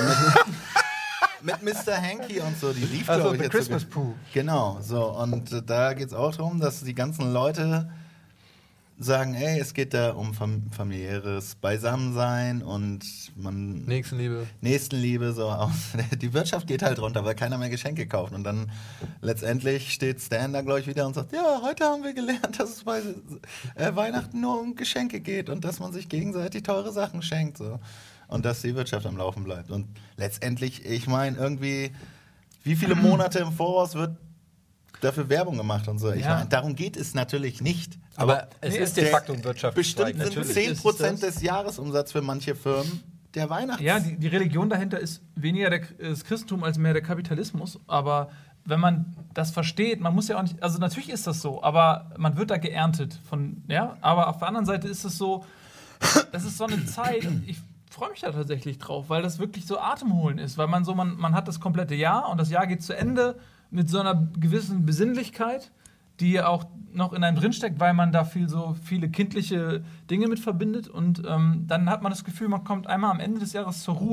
mit Mr. Hanky und so, die lief, also glaube ich, The jetzt Christmas sogar. Pooh. Genau, so. Und da geht es auch darum, dass die ganzen Leute sagen, ey, es geht da um familiäres Beisammensein und man... Nächstenliebe, so aus. Die Wirtschaft geht halt runter, weil keiner mehr Geschenke kauft. Und dann letztendlich steht Stan da, glaube ich, wieder und sagt, ja, heute haben wir gelernt, dass es bei Weihnachten nur um Geschenke geht und dass man sich gegenseitig teure Sachen schenkt, so. Und dass die Wirtschaft am Laufen bleibt. Und letztendlich, ich meine, irgendwie, wie viele Monate im Voraus wird dafür Werbung gemacht und so. Ich meine, darum geht es natürlich nicht. Aber es ist de facto ein Wirtschaftszweig. Bestimmt sind 10% des Jahresumsatzes für manche Firmen der Weihnachts... Ja, die Religion dahinter ist weniger das Christentum als mehr der Kapitalismus. Aber wenn man das versteht, man muss ja auch nicht... Also natürlich ist das so, aber man wird da geerntet. Aber auf der anderen Seite ist es so, das ist so eine Zeit... Ich freue mich da tatsächlich drauf, weil das wirklich so atemholend ist. Weil man hat das komplette Jahr und das Jahr geht zu Ende mit so einer gewissen Besinnlichkeit, die auch noch in einem drinsteckt, weil man da so viele kindliche Dinge mit verbindet. Und dann hat man das Gefühl, man kommt einmal am Ende des Jahres zur Ruhe.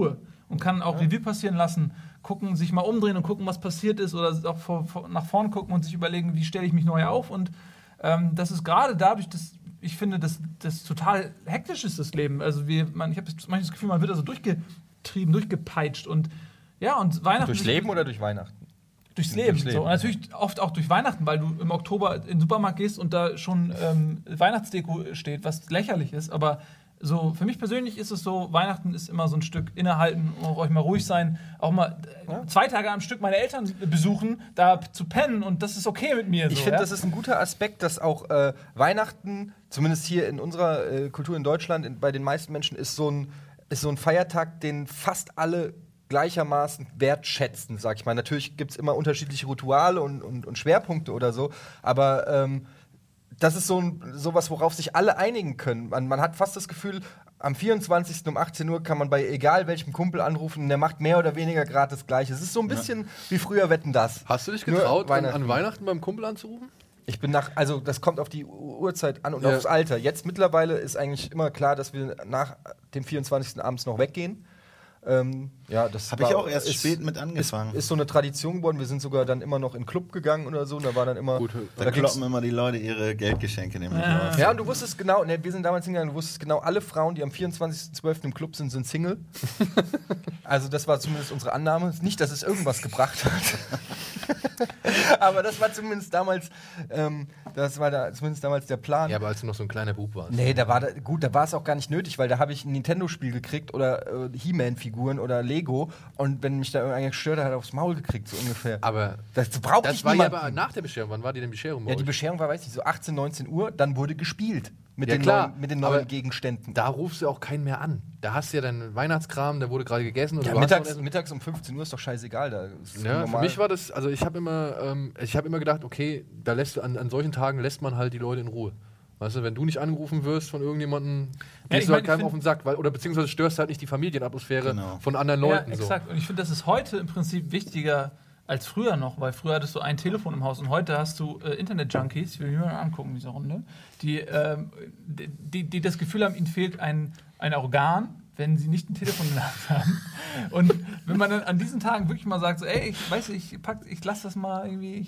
und kann auch Revue passieren lassen, gucken, sich mal umdrehen und gucken, was passiert ist oder auch nach vorn gucken und sich überlegen, wie stelle ich mich neu auf. Und das ist gerade dadurch, dass ich finde, das total hektisch ist, das Leben. Also ich habe manchmal das Gefühl, man wird also durchgetrieben, durchgepeitscht und Weihnachten. Durchs Leben oder durch Weihnachten? Durchs Leben. So. Und natürlich oft auch durch Weihnachten, weil du im Oktober in den Supermarkt gehst und da schon Weihnachtsdeko steht, was lächerlich ist. Aber so für mich persönlich ist es so, Weihnachten ist immer so ein Stück innehalten, auch euch mal ruhig sein, auch mal 2 Tage am Stück meine Eltern besuchen, da zu pennen und das ist okay mit mir. Ich finde, das ist ein guter Aspekt, dass auch Weihnachten, zumindest hier in unserer Kultur in Deutschland, bei den meisten Menschen ist so ein Feiertag, den fast alle gleichermaßen wertschätzen, sag ich mal. Natürlich gibt es immer unterschiedliche Rituale und Schwerpunkte oder so, aber das ist sowas, worauf sich alle einigen können. Man hat fast das Gefühl, am 24. um 18 Uhr kann man bei egal welchem Kumpel anrufen und der macht mehr oder weniger gerade das Gleiche. Es ist so ein bisschen wie früher Wetten, das. Hast du dich getraut, an Weihnachten beim Kumpel anzurufen? Ich bin also das kommt auf die Uhrzeit an und aufs Alter. Jetzt mittlerweile ist eigentlich immer klar, dass wir nach dem 24. abends noch weggehen. Das habe ich auch erst spät mit angefangen. Ist so eine Tradition geworden. Wir sind sogar dann immer noch in den Club gegangen oder so. Und da war dann immer. Gut, da kloppen immer die Leute ihre Geldgeschenke nämlich raus. Ja, und du wusstest genau, wir sind damals hingegangen, du wusstest genau, alle Frauen, die am 24.12. im Club sind Single. Also das war zumindest unsere Annahme. Nicht, dass es irgendwas gebracht hat. Aber das war zumindest damals, zumindest damals der Plan. Ja, aber als du noch so ein kleiner Bub warst. Nee, da war es auch gar nicht nötig, weil da habe ich ein Nintendo-Spiel gekriegt oder He-Man-Figuren oder Lego und wenn mich da irgendeiner gestört hat, hat er aufs Maul gekriegt, so ungefähr. Aber das braucht nicht war ja aber nach der Bescherung. Wann war die denn Bescherung bei euch? Die Bescherung war, weiß ich, so 18, 19 Uhr, dann wurde gespielt mit den neuen Gegenständen. Da rufst du auch keinen mehr an. Da hast du ja deinen Weihnachtskram, der wurde gerade gegessen. Ja, mittags um 15 Uhr ist doch scheißegal. Da ist für mich war das, also ich habe immer gedacht, okay, da lässt du an solchen Tagen lässt man halt die Leute in Ruhe. Weißt du, wenn du nicht angerufen wirst von irgendjemandem, gehst du halt keinem auf den Sack, oder beziehungsweise störst halt nicht die Familienatmosphäre von anderen Leuten. Ja, exakt. So. Und ich finde, das ist heute im Prinzip wichtiger als früher noch, weil früher hattest du ein Telefon im Haus und heute hast du Internet-Junkies, ich will mir mal angucken, diese Runde, die das Gefühl haben, ihnen fehlt ein Organ, wenn sie nicht ein Telefon in der Hand haben. Und wenn man dann an diesen Tagen wirklich mal sagt, so, ey, ich lasse das mal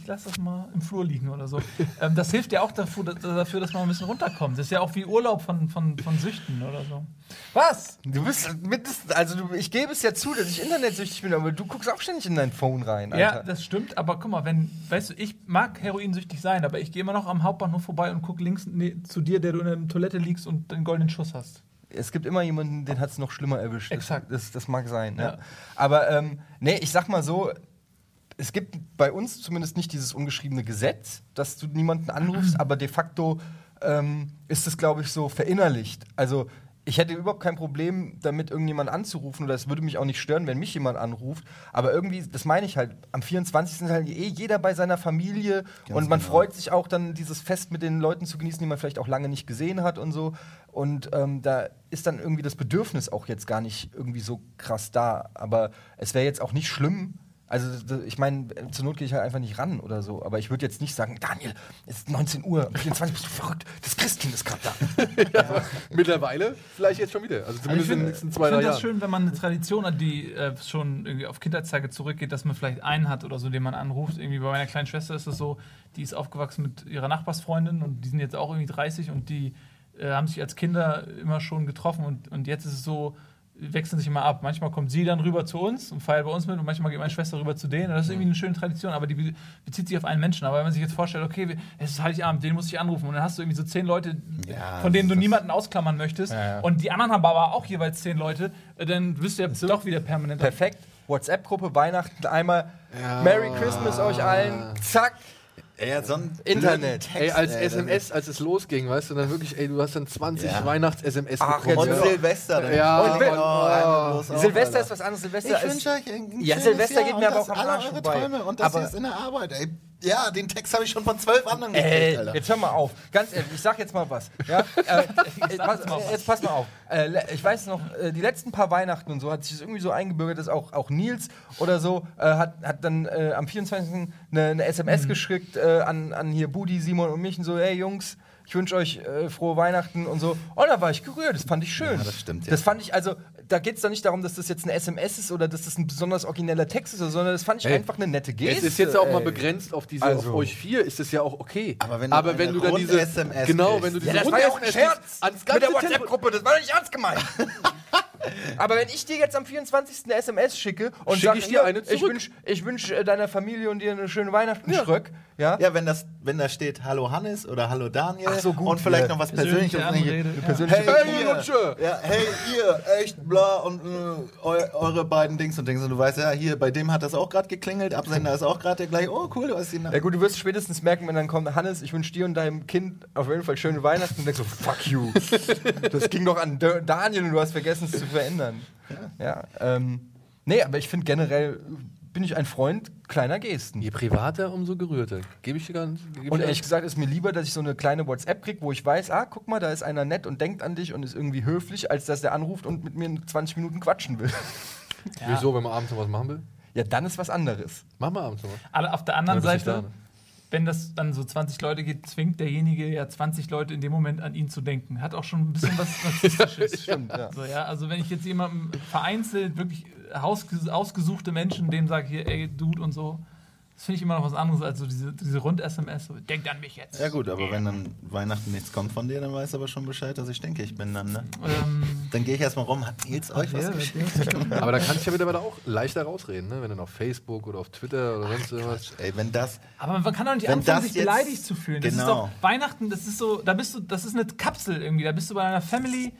im Flur liegen oder so. Das hilft ja auch dafür, dass man ein bisschen runterkommt. Das ist ja auch wie Urlaub von Süchten oder so. Was? Du bist ich gebe es ja zu, dass ich internetsüchtig bin, aber du guckst auch ständig in dein Phone rein, Alter. Ja, das stimmt, aber guck mal, ich mag heroinsüchtig sein, aber ich gehe immer noch am Hauptbahnhof vorbei und gucke links zu dir, der du in der Toilette liegst und den goldenen Schuss hast. Es gibt immer jemanden, den hat es noch schlimmer erwischt. Exakt. Das mag sein. Ja. Aber ich sag mal so, es gibt bei uns zumindest nicht dieses ungeschriebene Gesetz, dass du niemanden anrufst, aber de facto ist es, glaube ich, so verinnerlicht. Also ich hätte überhaupt kein Problem damit, irgendjemanden anzurufen oder es würde mich auch nicht stören, wenn mich jemand anruft. Aber irgendwie, das meine ich halt, am 24. ist halt jeder bei seiner Familie und man freut sich auch dann, dieses Fest mit den Leuten zu genießen, die man vielleicht auch lange nicht gesehen hat und so. Und da ist dann irgendwie das Bedürfnis auch jetzt gar nicht irgendwie so krass da. Aber es wäre jetzt auch nicht schlimm. Also, ich meine, zur Not gehe ich halt einfach nicht ran oder so. Aber ich würde jetzt nicht sagen, Daniel, es ist 19 Uhr, um 24 bist du verrückt, das Christkind ist gerade da. Ja, mittlerweile vielleicht jetzt schon wieder. Also zumindest in den nächsten 2-3 Jahren. Ich finde das schön, wenn man eine Tradition hat, die schon irgendwie auf Kindheitstage zurückgeht, dass man vielleicht einen hat oder so, den man anruft. Irgendwie bei meiner kleinen Schwester ist es so, die ist aufgewachsen mit ihrer Nachbarsfreundin und die sind jetzt auch irgendwie 30 und die haben sich als Kinder immer schon getroffen und jetzt ist es so, wechseln sich immer ab. Manchmal kommt sie dann rüber zu uns und feiert bei uns mit und manchmal geht meine Schwester rüber zu denen. Das ist irgendwie eine schöne Tradition, aber die bezieht sich auf einen Menschen. Aber wenn man sich jetzt vorstellt, okay, es ist Heiligabend, den muss ich anrufen und dann hast du irgendwie so 10 Leute, von denen du niemanden ausklammern möchtest und die anderen haben aber auch jeweils 10 Leute, dann bist du ja doch wieder permanent. Perfekt. WhatsApp-Gruppe, Weihnachten, einmal Merry Christmas euch allen, zack. Internet. Als SMS, als es losging, weißt du, dann wirklich, du hast dann 20 Weihnachts-SMS bekommen. Und Silvester. Silvester ist was anderes. Silvester ich wünsche euch ein Silvester geht mir aber auch am Arsch vorbei. Und das ist in der Arbeit, ey. Ja, den Text habe ich schon von 12 anderen gekriegt, Alter. Jetzt hör mal auf. Ganz ehrlich, ich sag jetzt mal was. Ja? Jetzt pass mal auf. Ich weiß noch, die letzten paar Weihnachten und so hat sich das irgendwie so eingebürgert, dass auch Nils oder so hat dann am 24. eine SMS geschickt an hier Budi, Simon und mich und so, hey Jungs, ich wünsche euch frohe Weihnachten und so. Und da war ich gerührt, das fand ich schön. Ja, das stimmt, ja. Das fand ich, also, da geht es doch nicht darum, dass das jetzt eine SMS ist oder dass das ein besonders origineller Text ist, sondern das fand ich einfach eine nette Geste. Es ist jetzt auch mal begrenzt auf diese, auf euch 4, ist es ja auch okay. Aber wenn du dann diese SMS genau, wenn du diese das war ja auch ein Rund-SMS Scherz ans mit ganze der WhatsApp-Gruppe, das war doch nicht ernst gemeint. Aber wenn ich dir jetzt am 24. eine SMS schicke und Schicke sage, ich dir eine zurück. ich wünsch deiner Familie und dir eine schöne Weihnachten, Schröck, ja? Ja, wenn da steht Hallo Hannes oder Hallo Daniel Ach so, gut, und vielleicht ja. noch was Persönliche Persönliches. Anrede. Persönliche Hey, Lutsche! ja, hey, ihr, echt, bla, und eure beiden Dings und Dings. Und du weißt ja, hier, bei dem hat das auch gerade geklingelt, Absender ist auch gerade der gleiche. Oh, cool, du hast ihn. Ja gut, du wirst spätestens merken, wenn dann kommt, Hannes, ich wünsche dir und deinem Kind auf jeden Fall schöne Weihnachten. Und denkst so, fuck you. Das ging doch an Daniel und du hast vergessen, es zu verändern. Ja, nee, aber ich finde generell, bin ich ein Freund kleiner Gesten. Je privater, umso gerührter. Gebe ich dir ganz. Und ehrlich gesagt ist mir lieber, dass ich so eine kleine WhatsApp kriege, wo ich weiß, guck mal, da ist einer nett und denkt an dich und ist irgendwie höflich, als dass der anruft und mit mir in 20 Minuten quatschen will. Wieso, wenn man abends noch was machen will? Ja, dann ist was anderes. Machen wir abends noch was. Aber auf der anderen Ja, bis ich Seite, da, ne? wenn das dann so 20 Leute geht, zwingt derjenige ja 20 Leute in dem Moment an ihn zu denken. Hat auch schon ein bisschen was Narzisstisches. Stimmt, ja. So, ja, also wenn ich jetzt jemandem vereinzelt, wirklich ausgesuchte Menschen, dem sage, hier, ey, Dude und so, das finde ich immer noch was anderes als so diese Rund-SMS. So, denkt an mich jetzt. Ja gut, aber wenn dann Weihnachten nichts kommt von dir, dann weißt du aber schon Bescheid, dass ich denke, ich bin dann, ne? Dann gehe ich erstmal rum, hat Nils euch was geschickt? Aber da kann ich ja wieder auch leichter rausreden, ne? Wenn dann auf Facebook oder auf Twitter oder sonst irgendwas. Ey, wenn das... Aber man kann doch nicht Wenn anfangen, das sich jetzt- beleidigt zu fühlen. Das ist Genau. doch Weihnachten, das ist so, das ist eine Kapsel irgendwie. Da bist du bei deiner Family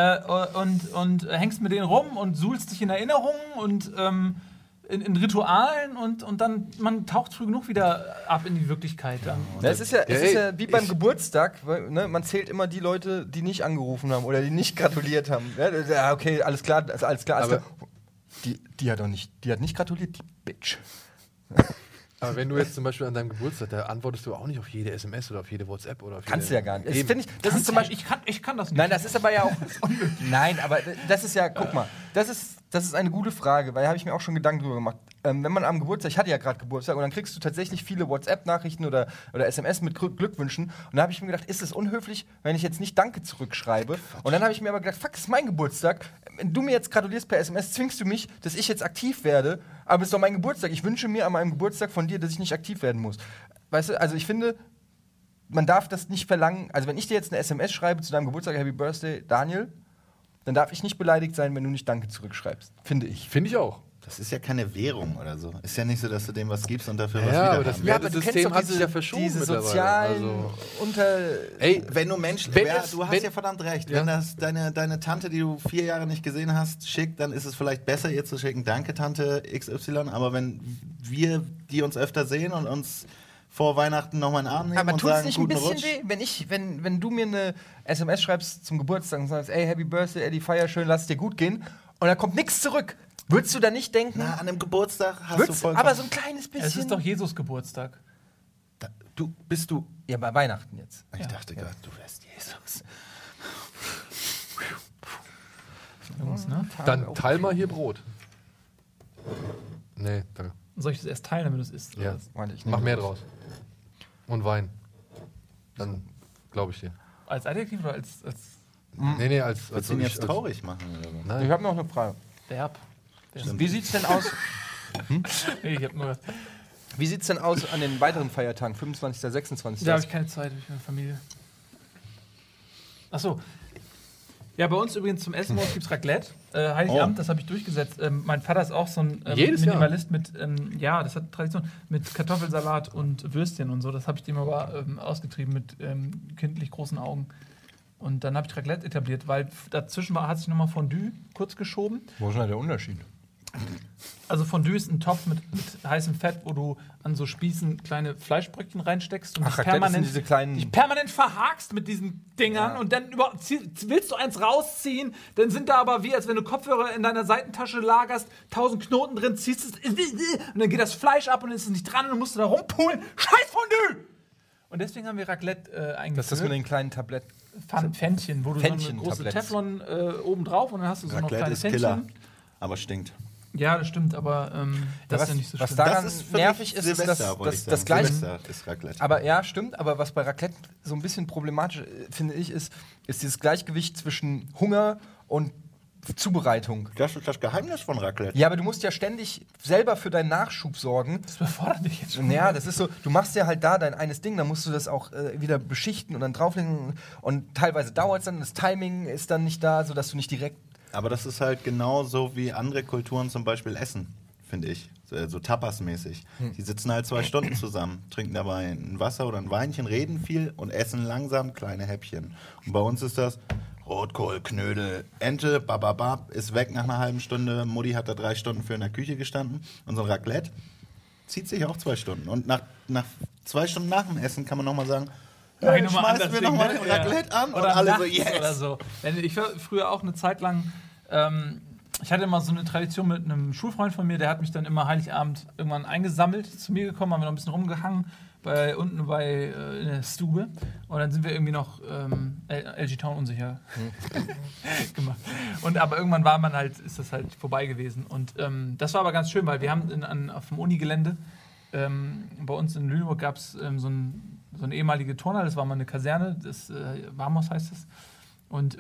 und hängst mit denen rum und suhlst dich in Erinnerungen und in Ritualen und dann, man taucht früh genug wieder ab in die Wirklichkeit. Dann. Ja, es ist ja ey, wie beim Geburtstag, weil, ne, man zählt immer die Leute, die nicht angerufen haben oder die nicht gratuliert haben. Ja, okay, alles klar, alles klar. Aber- Die hat nicht gratuliert, die Bitch. Aber wenn du jetzt zum Beispiel an deinem Geburtstag, da antwortest du auch nicht auf jede SMS oder auf jede WhatsApp oder auf Kannst du jede, ja gar nicht. Das, Eben. find das ist zum Beispiel, Ich kann das nicht. nein, das ist aber ja auch. Nein, aber das ist ja, guck mal, das ist eine gute Frage, weil da habe ich mir auch schon Gedanken drüber gemacht. Wenn man am Geburtstag, ich hatte ja gerade Geburtstag, und dann kriegst du tatsächlich viele WhatsApp-Nachrichten oder SMS mit Glückwünschen. Und da habe ich mir gedacht, ist es unhöflich, wenn ich jetzt nicht Danke zurückschreibe? Und dann habe ich mir aber gedacht, fuck, es ist mein Geburtstag. Wenn du mir jetzt gratulierst per SMS, zwingst du mich, dass ich jetzt aktiv werde. Aber es ist doch mein Geburtstag. Ich wünsche mir an meinem Geburtstag von dir, dass ich nicht aktiv werden muss. Weißt du, also ich finde, man darf das nicht verlangen. Also wenn ich dir jetzt eine SMS schreibe zu deinem Geburtstag, Happy Birthday, Daniel, dann darf ich nicht beleidigt sein, wenn du nicht Danke zurückschreibst. Finde ich. Finde ich auch. Das ist ja keine Währung oder so. Ist ja nicht so, dass du dem was gibst und dafür was Ja, wieder aber das haben. Ja, aber du System kennst doch hat sich ja verschoben diese mittlerweile. sozialen Also- Ey, Wenn du Mensch, Wenn ja, es- du hast wenn- ja verdammt recht. Ja. Wenn das deine Tante, die du 4 Jahre nicht gesehen hast, schickt, dann ist es vielleicht besser, ihr zu schicken, danke Tante XY. Aber wenn wir, die uns öfter sehen und uns vor Weihnachten nochmal einen Arm nehmen Aber und tut es sagen, nicht ein guten bisschen Rutsch. weh, wenn du mir eine SMS schreibst zum Geburtstag und sagst, ey, Happy Birthday, Eddie, feier schön, lass es dir gut gehen, und da kommt nichts zurück. Würdest du da nicht denken? Na, an einem Geburtstag hast du vollkommen... aber so ein kleines bisschen. Es ist doch Jesus Geburtstag. Bist du... ja, bei Weihnachten jetzt. Ich dachte gerade, du wärst Jesus. Jungs, ne? dann teil mal hier Brot. Nee, danke. Soll ich das erst teilen, damit du es isst? Ja. Oder was? Warte, ich Mach nehme mehr das. draus. Und Wein. Dann glaube ich dir. Als Adjektiv oder als Nee, als Willst du ihn jetzt als- traurig machen oder so? Ich Nein. habe noch eine Frage. Verb? Wie sieht's denn aus? Nee, ich hab nur. Wie sieht's denn aus an den weiteren Feiertagen, 25., 26.? Da habe ich keine Zeit, hab ich meine Familie. Achso. Ja, bei uns übrigens zum Essen morgens gibt's Raclette. Heiligabend, das habe ich durchgesetzt. Mein Vater ist auch so ein Jedes Jahr? Minimalist mit, ja, das hat Tradition, mit Kartoffelsalat und Würstchen und so. Das habe ich dem aber ausgetrieben mit kindlich großen Augen. Und dann habe ich Raclette etabliert, weil dazwischen hat sich nochmal Fondue kurz geschoben. Wo ist denn der Unterschied? Also Fondue ist ein Topf mit heißem Fett, wo du an so Spießen kleine Fleischbröckchen reinsteckst und Ach, dich Raclette permanent, sind diese kleinen- dich permanent verhakst mit diesen Dingern und dann willst du eins rausziehen, dann sind da aber wie, als wenn du Kopfhörer in deiner Seitentasche lagerst, 1000 Knoten drin, ziehst es und dann geht das Fleisch ab und dann ist es nicht dran und dann musst du da rumpulen. Scheiß Fondue! Und deswegen haben wir Raclette eingeführt. Das ist das mit den kleinen Tabletten. Pfännchen, wo du so eine Pfännchen, große Tabletts. Teflon oben drauf und dann hast du so noch Raclette kleine ist Pfännchen. Killer, aber stinkt. Ja, das stimmt, aber das ist ja nicht so was schlimm. daran Das ist für nervig mich ist, ist Silvester, wollte ich das sagen. Gleiche. Silvester ist Raclette. Aber ja, stimmt, aber was bei Raclette so ein bisschen problematisch finde ich, ist dieses Gleichgewicht zwischen Hunger und Zubereitung. Das ist das Geheimnis von Raclette. Ja, aber du musst ja ständig selber für deinen Nachschub sorgen. Das befordert dich jetzt schon. Ja, das ist so, du machst ja halt da dein eines Ding, dann musst du das auch wieder beschichten und dann drauflegen und teilweise dauert es dann, das Timing ist dann nicht da, sodass du nicht direkt... Aber das ist halt genauso wie andere Kulturen zum Beispiel essen, finde ich. So Tapas-mäßig. Die sitzen halt 2 Stunden zusammen, trinken dabei ein Wasser oder ein Weinchen, reden viel und essen langsam kleine Häppchen. Und bei uns ist das Rotkohl, Knödel, Ente, bababab, ist weg nach einer halben Stunde. Mutti hat da 3 Stunden für in der Küche gestanden. Und so ein Raclette zieht sich auch 2 Stunden. Und nach 2 Stunden nach dem Essen kann man nochmal sagen, Nein, schmeißen wir nochmal den Raclette an. Oder und alle so, nachts yes. oder so. Ich war früher auch eine Zeit lang, ich hatte immer so eine Tradition mit einem Schulfreund von mir, der hat mich dann immer Heiligabend irgendwann eingesammelt, zu mir gekommen, haben wir noch ein bisschen rumgehangen, unten in der Stube. Und dann sind wir irgendwie noch LG Town unsicher gemacht. Aber irgendwann ist das halt vorbei gewesen. Und das war aber ganz schön, weil wir haben auf dem Unigelände, bei uns in Lüneburg gab es so eine ehemalige Turnhalle, das war mal eine Kaserne, das Warmhaus heißt es. Und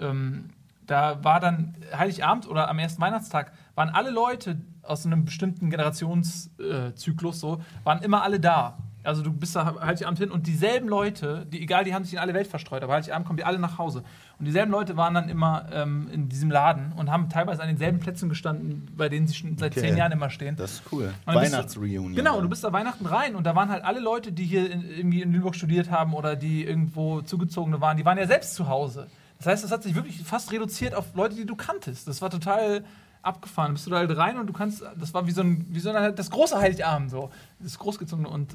da war dann Heiligabend oder am ersten Weihnachtstag, waren alle Leute aus einem bestimmten Generationszyklus waren immer alle da. Also du bist da Heiligabend hin und dieselben Leute, die haben sich in alle Welt verstreut, aber Heiligabend kommen die alle nach Hause. Und dieselben Leute waren dann immer in diesem Laden und haben teilweise an denselben Plätzen gestanden, bei denen sie schon seit 10 Jahren immer stehen. Das ist cool. Weihnachtsreunion. Genau, und du bist da Weihnachten rein und da waren halt alle Leute, die hier irgendwie in Lüneburg studiert haben oder die irgendwo Zugezogene waren, die waren ja selbst zu Hause. Das heißt, das hat sich wirklich fast reduziert auf Leute, die du kanntest. Das war total abgefahren. Bist du da halt rein und das war wie das große Heiligabend, so. Das Großgezogene. Und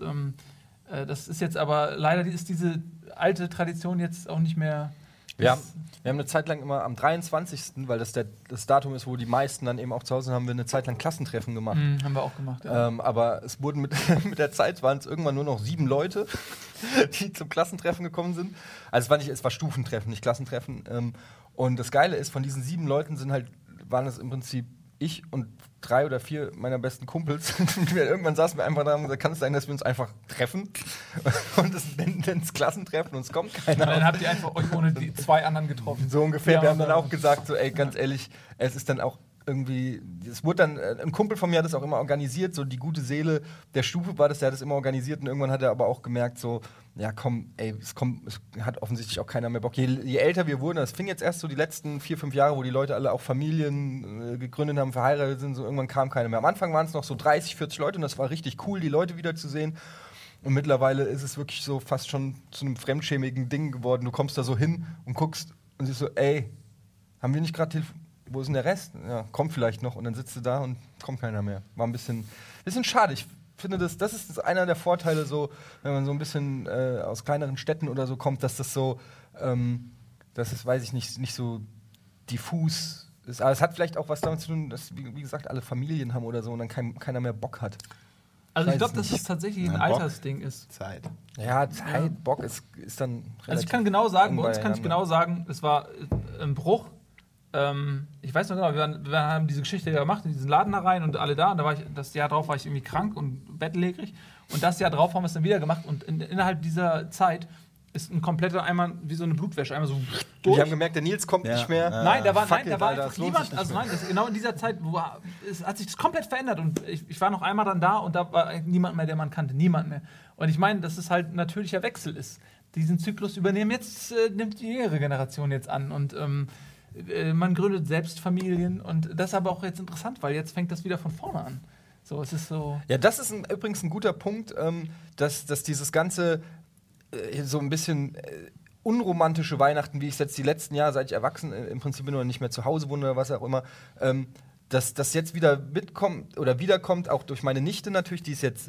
das ist jetzt aber, leider ist diese alte Tradition jetzt auch nicht mehr. Ja, wir haben eine Zeit lang immer am 23., weil das das Datum ist, wo die meisten dann eben auch zu Hause sind, haben wir eine Zeit lang Klassentreffen gemacht. Haben wir auch gemacht, ja. Aber es wurden mit der Zeit waren es irgendwann nur noch 7 Leute, die zum Klassentreffen gekommen sind. Also es war Stufentreffen, nicht Klassentreffen. Und das Geile ist, von diesen 7 Leuten waren es im Prinzip ich und 3 oder 4 meiner besten Kumpels. Irgendwann saßen wir einfach da und gesagt, kann es sein, dass wir uns einfach treffen? Und das nennt es Klassentreffen und es kommt keiner. Und dann habt ihr einfach euch ohne die 2 anderen getroffen. So ungefähr. Ja, wir haben dann auch gesagt, so, ey, ganz ehrlich, es ist dann auch irgendwie, es wurde dann, ein Kumpel von mir hat das auch immer organisiert, so die gute Seele der Stufe war das, der hat das immer organisiert und irgendwann hat er aber auch gemerkt, so, ja komm, ey, es hat offensichtlich auch keiner mehr Bock. Je älter wir wurden, das fing jetzt erst so die letzten 4, 5 Jahre, wo die Leute alle auch Familien gegründet haben, verheiratet sind, so irgendwann kam keiner mehr. Am Anfang waren es noch so 30, 40 Leute und das war richtig cool, die Leute wiederzusehen. Und mittlerweile ist es wirklich so fast schon zu einem fremdschämigen Ding geworden. Du kommst da so hin und guckst und siehst so, ey, haben wir nicht gerade wo ist denn der Rest? Ja, kommt vielleicht noch und dann sitzt du da und kommt keiner mehr. War ein bisschen schade. Ich finde, das ist einer der Vorteile, so, wenn man so ein bisschen aus kleineren Städten oder so kommt, dass das so, dass es, weiß ich nicht so diffus ist. Aber es hat vielleicht auch was damit zu tun, dass, wie gesagt, alle Familien haben oder so und dann keiner mehr Bock hat. Also ich glaube, dass es tatsächlich ein Altersding ist. Zeit. Ja, Zeit, Bock ist dann relativ. Also ich kann genau sagen, bei uns kann ich beieinander. genau sagen, es war ein Bruch. Ich weiß noch genau, wir haben diese Geschichte ja gemacht, in diesen Laden da rein und alle da. Und das Jahr drauf war ich irgendwie krank und bettlägerig. Und das Jahr drauf haben wir es dann wieder gemacht. Und innerhalb dieser Zeit ist ein kompletter einmal wie so eine Blutwäsche, einmal so durch. Die haben gemerkt, der Nils kommt nicht mehr. Nein, da war Alter, einfach das lohnt niemand. sich nicht Also mehr. nein, das genau in dieser Zeit hat sich das komplett verändert. Und ich war noch einmal dann da und da war niemand mehr, der man kannte. Niemand mehr. Und ich meine, dass es halt ein natürlicher Wechsel ist. Diesen Zyklus nimmt die jüngere Generation jetzt an. Und man gründet selbst Familien. Und das ist aber auch jetzt interessant, weil jetzt fängt das wieder von vorne an. So, es ist so. Ja, das ist übrigens ein guter Punkt, dass dieses ganze so ein bisschen unromantische Weihnachten, wie ich es jetzt die letzten Jahre, seit ich erwachsen im Prinzip bin oder nicht mehr zu Hause wohne oder was auch immer, dass das jetzt wieder mitkommt oder wiederkommt, auch durch meine Nichte natürlich, die ist jetzt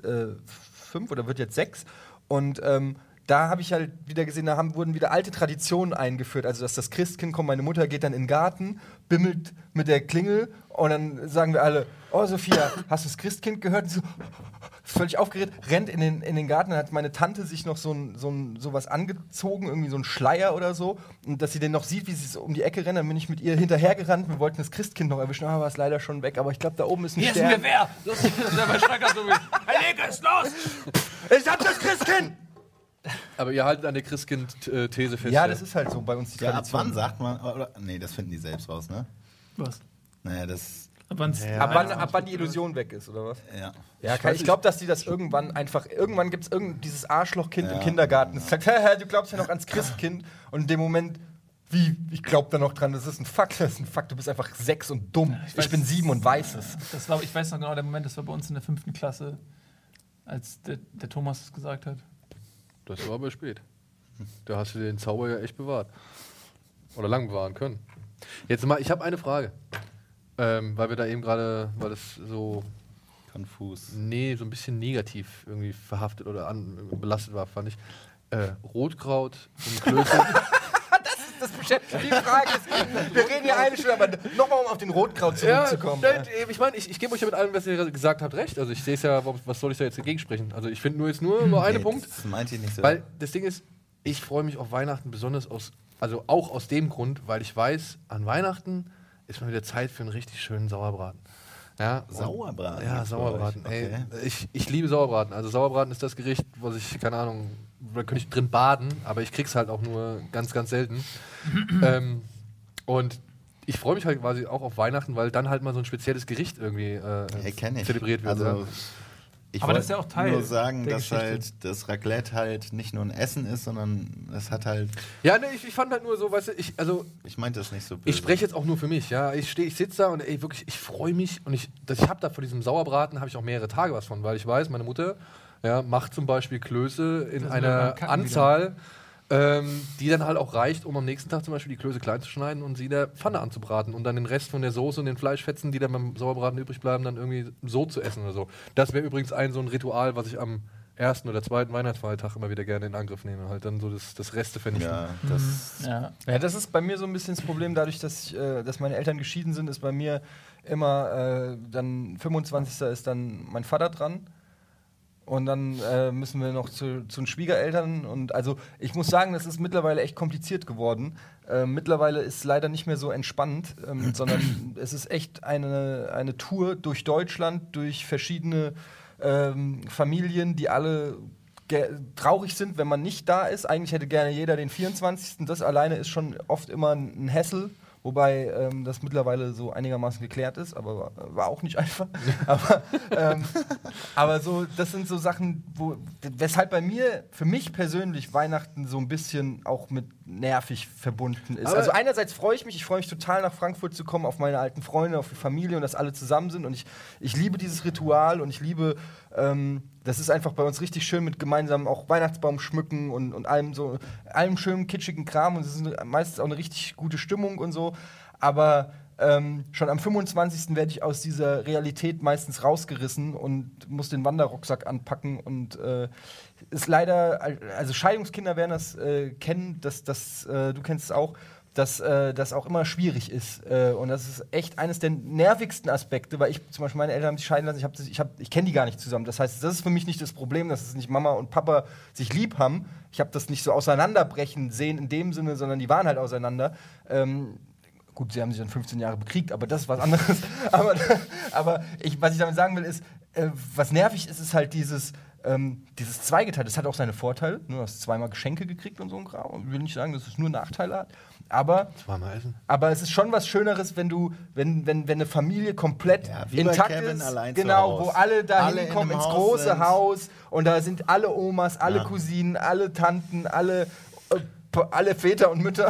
5 oder wird jetzt 6 und da habe ich halt wieder gesehen, wurden wieder alte Traditionen eingeführt. Also, dass das Christkind kommt, meine Mutter geht dann in den Garten, bimmelt mit der Klingel und dann sagen wir alle, oh Sophia, hast du das Christkind gehört? Und so, völlig aufgeregt, rennt in den Garten, dann hat meine Tante sich noch sowas angezogen, irgendwie so ein Schleier oder so, und dass sie den noch sieht, wie sie so um die Ecke rennt, dann bin ich mit ihr hinterhergerannt, wir wollten das Christkind noch erwischen, aber war es leider schon weg, aber ich glaube, da oben ist ein Stern. Hier ist ein Gewehr! Das ist der Schrecker so wie, hey, Lege, ist los! Ich hab das Christkind! Aber ihr haltet an der Christkind-These fest. Ja, das ist halt so bei uns die Ja, ab Tradition. wann sagt man, nee, das finden die selbst raus, ne? Was? Naja, das. Ab wann die Illusion weg ist, oder was? Ja. Ja, ich glaube, dass die das irgendwann gibt es dieses Arschlochkind im Kindergarten, das sagt, hä, du glaubst ja noch ans Christkind. Und in dem Moment, ich glaube da noch dran, das ist ein Fakt, du bist einfach 6 und dumm. Ich bin 7 und weiß es. Ich weiß noch genau, der Moment, das war bei uns in der 5. Klasse, als der Thomas es gesagt hat. Das war aber spät. Da hast du den Zauber ja echt bewahrt. Oder lang bewahren können. Jetzt mal, ich habe eine Frage. Weil wir da eben gerade, weil das so konfus. Nee, so ein bisschen negativ irgendwie verhaftet oder belastet war, fand ich. Rotkraut und Klöße. Das beschäftigt die Frage. Wir reden hier eine Stunde, aber nochmal, um auf den Rotkraut zurückzukommen. Ja, ich meine, ich gebe euch ja mit allem, was ihr gesagt habt, recht. Also ich sehe es ja, was soll ich da jetzt dagegen sprechen? Also ich finde nur einen Punkt. Das meint ihr nicht so. Weil das Ding ist, ich freue mich auf Weihnachten besonders auch aus dem Grund, weil ich weiß, an Weihnachten ist mal wieder Zeit für einen richtig schönen Sauerbraten. Ja, Sauerbraten? Ja, Sauerbraten. Okay. Ey, ich liebe Sauerbraten. Also Sauerbraten ist das Gericht, was ich, keine Ahnung, da könnte ich drin baden, aber ich krieg's halt auch nur ganz, ganz selten. Und ich freue mich halt quasi auch auf Weihnachten, weil dann halt mal so ein spezielles Gericht irgendwie zelebriert wird. Also, ich aber das ist ja auch Teil nur sagen, der dass Geschichte. halt das Raclette halt nicht nur ein Essen ist, sondern es hat halt. Ja, ne, ich fand halt nur so, weißt du, ich meinte das nicht so böse. Ich spreche jetzt auch nur für mich, ja. Ich sitze da und wirklich, ich freue mich und ich habe da von diesem Sauerbraten habe ich auch mehrere Tage was von, weil ich weiß, meine Mutter macht zum Beispiel Klöße in einer Anzahl, die dann halt auch reicht, um am nächsten Tag zum Beispiel die Klöße klein zu schneiden und sie in der Pfanne anzubraten und dann den Rest von der Soße und den Fleischfetzen, die dann beim Sauerbraten übrig bleiben, dann irgendwie so zu essen oder so. Das wäre übrigens so ein Ritual, was ich am ersten oder zweiten Weihnachtsfeiertag immer wieder gerne in Angriff nehme. Halt dann so das Reste vernichten. Ja, das ist bei mir so ein bisschen das Problem, dadurch, dass meine Eltern geschieden sind, ist bei mir immer dann 25. ist dann mein Vater dran. Und dann müssen wir noch zu den Schwiegereltern. Und also ich muss sagen, das ist mittlerweile echt kompliziert geworden. Mittlerweile ist es leider nicht mehr so entspannt, sondern es ist echt eine Tour durch Deutschland, durch verschiedene Familien, die alle traurig sind, wenn man nicht da ist. Eigentlich hätte gerne jeder den 24. Das alleine ist schon oft immer ein Hassel. Wobei das mittlerweile so einigermaßen geklärt ist, aber war auch nicht einfach. aber so, das sind so Sachen, weshalb für mich persönlich Weihnachten so ein bisschen auch mit nervig verbunden ist. Aber also einerseits freue ich mich total nach Frankfurt zu kommen, auf meine alten Freunde, auf die Familie und dass alle zusammen sind und ich liebe dieses Ritual und ich liebe das ist einfach bei uns richtig schön mit gemeinsam auch Weihnachtsbaum schmücken und allem schönen kitschigen Kram und es ist meistens auch eine richtig gute Stimmung und so. Aber schon am 25. werde ich aus dieser Realität meistens rausgerissen und muss den Wanderrucksack anpacken und ist leider, also Scheidungskinder werden das kennen, du kennst es auch, dass das auch immer schwierig ist. Und das ist echt eines der nervigsten Aspekte, weil zum Beispiel meine Eltern haben sich scheiden lassen, ich kenne die gar nicht zusammen. Das heißt, das ist für mich nicht das Problem, dass es nicht Mama und Papa sich lieb haben. Ich habe das nicht so auseinanderbrechen sehen in dem Sinne, sondern die waren halt auseinander. Gut, sie haben sich dann 15 Jahre bekriegt, aber das ist was anderes. aber was ich damit sagen will, ist, was nervig ist, ist halt dieses Zweigeteilte. Das hat auch seine Vorteile. Du hast zweimal Geschenke gekriegt und so ein Kram. Ich will nicht sagen, dass es nur Nachteile hat. Aber es ist schon was Schöneres, wenn eine Familie komplett intakt ist. Genau, wo alle da hinkommen ins große Haus und da sind alle Omas, alle Cousinen, alle Tanten, alle Väter und Mütter.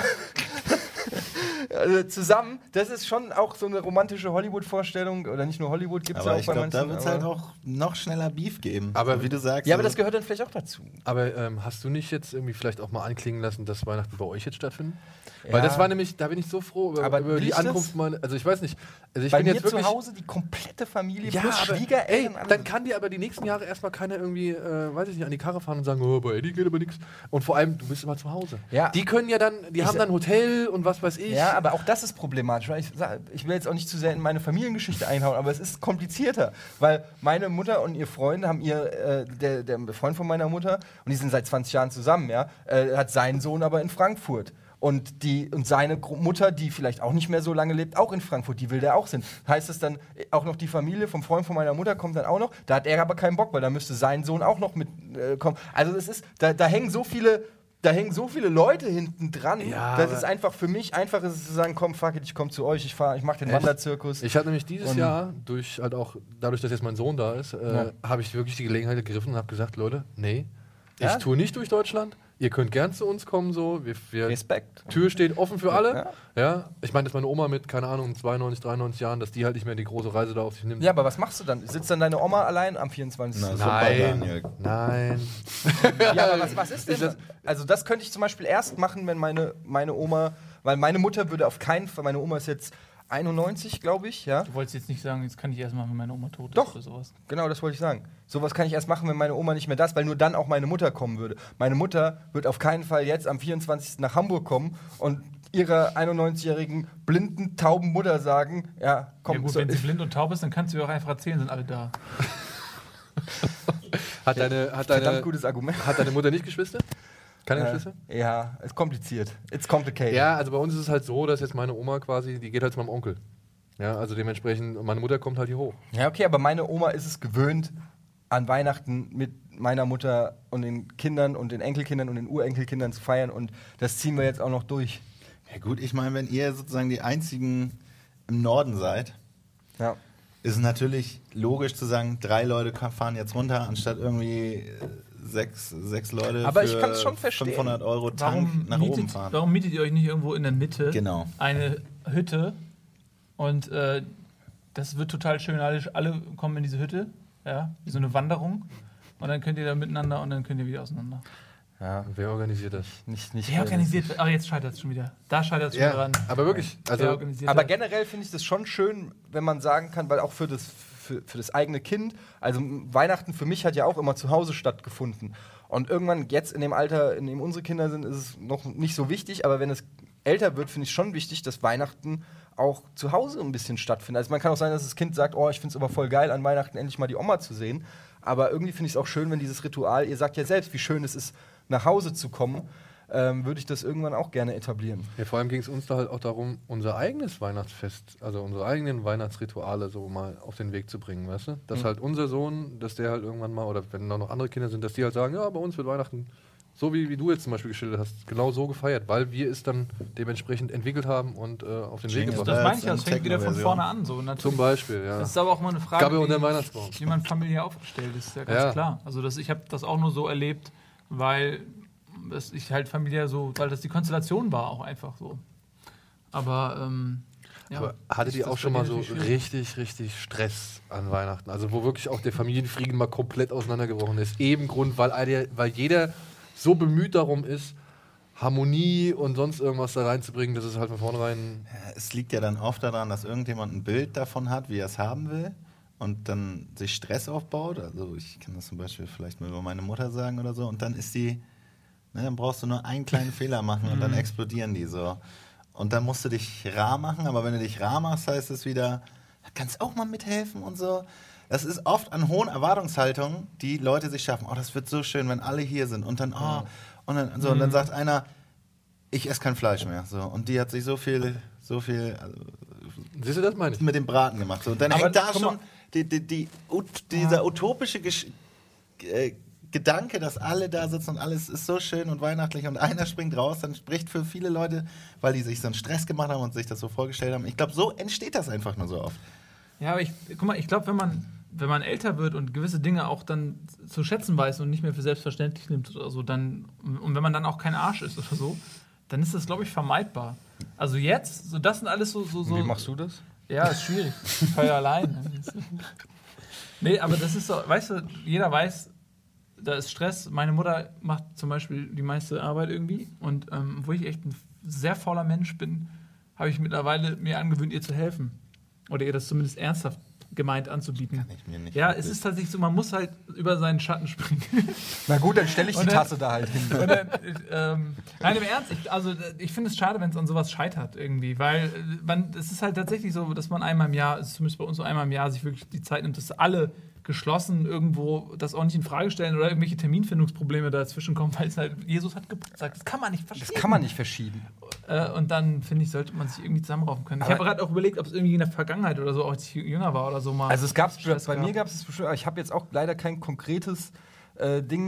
Zusammen, das ist schon auch so eine romantische Hollywood-Vorstellung, oder nicht nur Hollywood, gibt es ja auch bei manchen. Da wird es halt auch noch schneller Beef geben, aber so, wie du sagst. Ja, aber das gehört dann vielleicht auch dazu. Aber hast du nicht jetzt irgendwie vielleicht auch mal anklingen lassen, dass Weihnachten bei euch jetzt stattfindet? Weil das war nämlich, da bin ich so froh über die Ankunft meiner, also ich weiß nicht. Also ich bei bin mir jetzt wirklich zu Hause die komplette Familie plus Schwiegereltern. Dann kann dir aber die nächsten Jahre erstmal keiner irgendwie, weiß ich nicht, an die Karre fahren und sagen, oh, bei Eddie geht aber nichts. Und vor allem, du bist immer zu Hause. Ja. Die können ja dann, haben dann Hotel und was weiß ich. Ja, aber auch das ist problematisch. Ich will jetzt auch nicht zu sehr in meine Familiengeschichte einhauen, aber es ist komplizierter. Weil meine Mutter und ihr Freund haben der Freund von meiner Mutter, und die sind seit 20 Jahren zusammen, hat seinen Sohn aber in Frankfurt. Und seine Mutter, die vielleicht auch nicht mehr so lange lebt, auch in Frankfurt, die will der auch sind. Heißt es dann, auch noch die Familie vom Freund von meiner Mutter kommt dann auch noch? Da hat er aber keinen Bock, weil da müsste sein Sohn auch noch mitkommen. Also das ist, da hängen so viele da hängen so viele Leute hinten dran. Ja, das aber- ist einfach für mich einfach ist es zu sagen, komm, fuck it, ich komm zu euch, ich mach den Wanderzirkus. Ich hatte nämlich dieses Und- Jahr, dadurch, dass jetzt mein Sohn da ist, habe ich wirklich die Gelegenheit gegriffen und habe gesagt, Leute, nee, ich Ja? tue nicht durch Deutschland. Ihr könnt gern zu uns kommen, so. Wir Respekt. Tür steht offen für alle. Ja. Ich meine, dass meine Oma mit, keine Ahnung, 92, 93 Jahren, dass die halt nicht mehr die große Reise da auf sich nimmt. Ja, aber was machst du dann? Sitzt dann deine Oma allein am 24. Na, super, Daniel. Nein. Ja, aber was ist denn das? Also das könnte ich zum Beispiel erst machen, wenn meine Oma, weil meine Mutter würde auf keinen Fall, meine Oma ist jetzt 91, glaube ich, ja. Du wolltest jetzt nicht sagen, jetzt kann ich erst machen, wenn meine Oma tot ist Doch. oder sowas. Genau, das wollte ich sagen. Sowas kann ich erst machen, wenn meine Oma nicht mehr da ist, weil nur dann auch meine Mutter kommen würde. Meine Mutter wird auf keinen Fall jetzt am 24. nach Hamburg kommen und ihrer 91-jährigen blinden, tauben Mutter sagen, ja, komm. Ja gut, wenn sie blind und taub ist, dann kannst du ihr auch einfach erzählen, sind alle da. Hat verdammt deine gutes Argument. Mutter nicht Geschwister? Keine Geschwister? Ja, ist kompliziert. It's complicated. Ja, also bei uns ist es halt so, dass jetzt meine Oma quasi, die geht halt zu meinem Onkel. Ja, also dementsprechend, meine Mutter kommt halt hier hoch. Ja, okay, aber meine Oma ist es gewöhnt, an Weihnachten mit meiner Mutter und den Kindern und den Enkelkindern und den Urenkelkindern zu feiern und das ziehen wir jetzt auch noch durch. Ja gut, ich meine, wenn ihr sozusagen die einzigen im Norden seid, Ja. ist es natürlich logisch zu sagen, 3 Leute fahren jetzt runter, anstatt irgendwie 6 Leute Aber für ich kann's schon verstehen. 500 Euro Tank nach oben fahren. Warum mietet ihr euch nicht irgendwo in der Mitte Genau. eine Hütte und das wird total schön, alle kommen in diese Hütte, ja, wie so eine Wanderung und dann könnt ihr da miteinander und dann könnt ihr wieder auseinander. Ja, Wer organisiert das? nicht Wer organisiert, aber jetzt scheitert es schon wieder. Da scheitert es schon wieder ran. aber wirklich, Wer also organisiert Aber das? generell finde ich das schon schön, wenn man sagen kann, weil auch für das eigene Kind, also Weihnachten für mich hat ja auch immer zu Hause stattgefunden. Und irgendwann, jetzt in dem Alter, in dem unsere Kinder sind, ist es noch nicht so wichtig, aber wenn es älter wird, finde ich schon wichtig, dass Weihnachten auch zu Hause ein bisschen stattfindet. Also man kann auch sein, dass das Kind sagt, oh, ich finde es aber voll geil, an Weihnachten endlich mal die Oma zu sehen. Aber irgendwie finde ich es auch schön, wenn dieses Ritual, ihr sagt ja selbst, wie schön es ist, nach Hause zu kommen, würde ich das irgendwann auch gerne etablieren. ja, vor allem ging es uns da halt auch darum, unser eigenes Weihnachtsfest, also unsere eigenen Weihnachtsrituale so mal auf den Weg zu bringen, weißt du? Dass halt unser Sohn, dass der halt irgendwann mal, oder wenn da noch andere Kinder sind, dass die halt sagen, ja, bei uns wird Weihnachten, so wie du jetzt zum Beispiel geschildert hast, genau so gefeiert, weil wir es dann dementsprechend entwielt haben und auf den Weg Jingle gebracht Das haben. meine ich ja, das fängt wieder von Techno-Version. vorne an. So. Natürlich. Zum Beispiel, ja. Das ist aber auch mal eine Frage, Gabel unter den Weihnachtsbaum. wie man familiär aufgestellt ist, ja ganz Ja. klar. Also ich habe das auch nur so erlebt, weil ich halt familiär so, weil das die Konstellation war auch einfach so. Aber ja. Aber hattet Ist ihr das auch schon bei mal dir so natürlich schwierig? richtig Stress an Weihnachten? Also wo wirklich auch der Familienfrieden mal komplett auseinandergebrochen ist. Eben Grund, weil jeder so bemüht darum ist, Harmonie und sonst irgendwas da reinzubringen, dass es halt von vornherein... Es liegt ja dann oft daran, dass irgendjemand ein Bild davon hat, wie er es haben will und dann sich Stress aufbaut. Also ich kann das zum Beispiel vielleicht mal über meine Mutter sagen oder so und dann ist die, ne, dann brauchst du nur einen kleinen Fehler machen und dann explodieren die so. Und dann musst du dich rar machen, aber wenn du dich rar machst, heißt es wieder, kannst auch mal mithelfen und so. Das ist oft an hohen Erwartungshaltungen, die Leute sich schaffen. Oh, das wird so schön, wenn alle hier sind. Und dann, oh, und dann sagt einer, ich esse kein Fleisch mehr. So. Und die hat sich so viel Siehst du, das meine ich? mit dem Braten gemacht. So. Und dann Aber hängt da guck mal. schon dieser utopische Gedanke, dass alle da sitzen und alles ist so schön und weihnachtlich und einer springt raus, dann spricht für viele Leute, weil die sich so einen Stress gemacht haben und sich das so vorgestellt haben. Ich glaube, so entsteht das einfach nur so oft. Ja, aber ich glaube, wenn man älter wird und gewisse Dinge auch dann zu schätzen weiß und nicht mehr für selbstverständlich nimmt oder so, dann, und wenn man dann auch kein Arsch ist oder so, dann ist das, glaube ich, vermeidbar. Also jetzt, so das sind alles so. Wie machst du das? Ja, ist schwierig. Ich feiere allein. Nee, aber das ist so, weißt du, jeder weiß, da ist Stress. Meine Mutter macht zum Beispiel die meiste Arbeit irgendwie. Und wo ich echt ein sehr fauler Mensch bin, habe ich mittlerweile mir angewöhnt, ihr zu helfen. Oder ihr das zumindest ernsthaft gemeint anzubieten. Kann ich mir nicht Ja, wirklich. es ist tatsächlich so, man muss halt über seinen Schatten springen. Na gut, dann stelle ich die Und dann- Tasse da halt hin. Und dann, nein, im Ernst, ich finde es schade, wenn es an sowas scheitert irgendwie, weil es ist halt tatsächlich so, dass man einmal im Jahr, es ist zumindest bei uns so einmal im Jahr, sich wirklich die Zeit nimmt, dass alle geschlossen irgendwo das auch nicht in Frage stellen oder irgendwelche Terminfindungsprobleme dazwischen kommen, weil es halt, Jesus hat Geburtstag, das kann man nicht verschieben. Das kann man nicht verschieben. Und dann, finde ich, sollte man sich irgendwie zusammenraufen können. Ich Aber- habe gerade auch überlegt, ob es irgendwie in der Vergangenheit oder so, als ich jünger war oder so mal. Also es gab's Stress bei gab. mir gab es bestimmt, aber ich habe jetzt auch leider kein konkretes Ding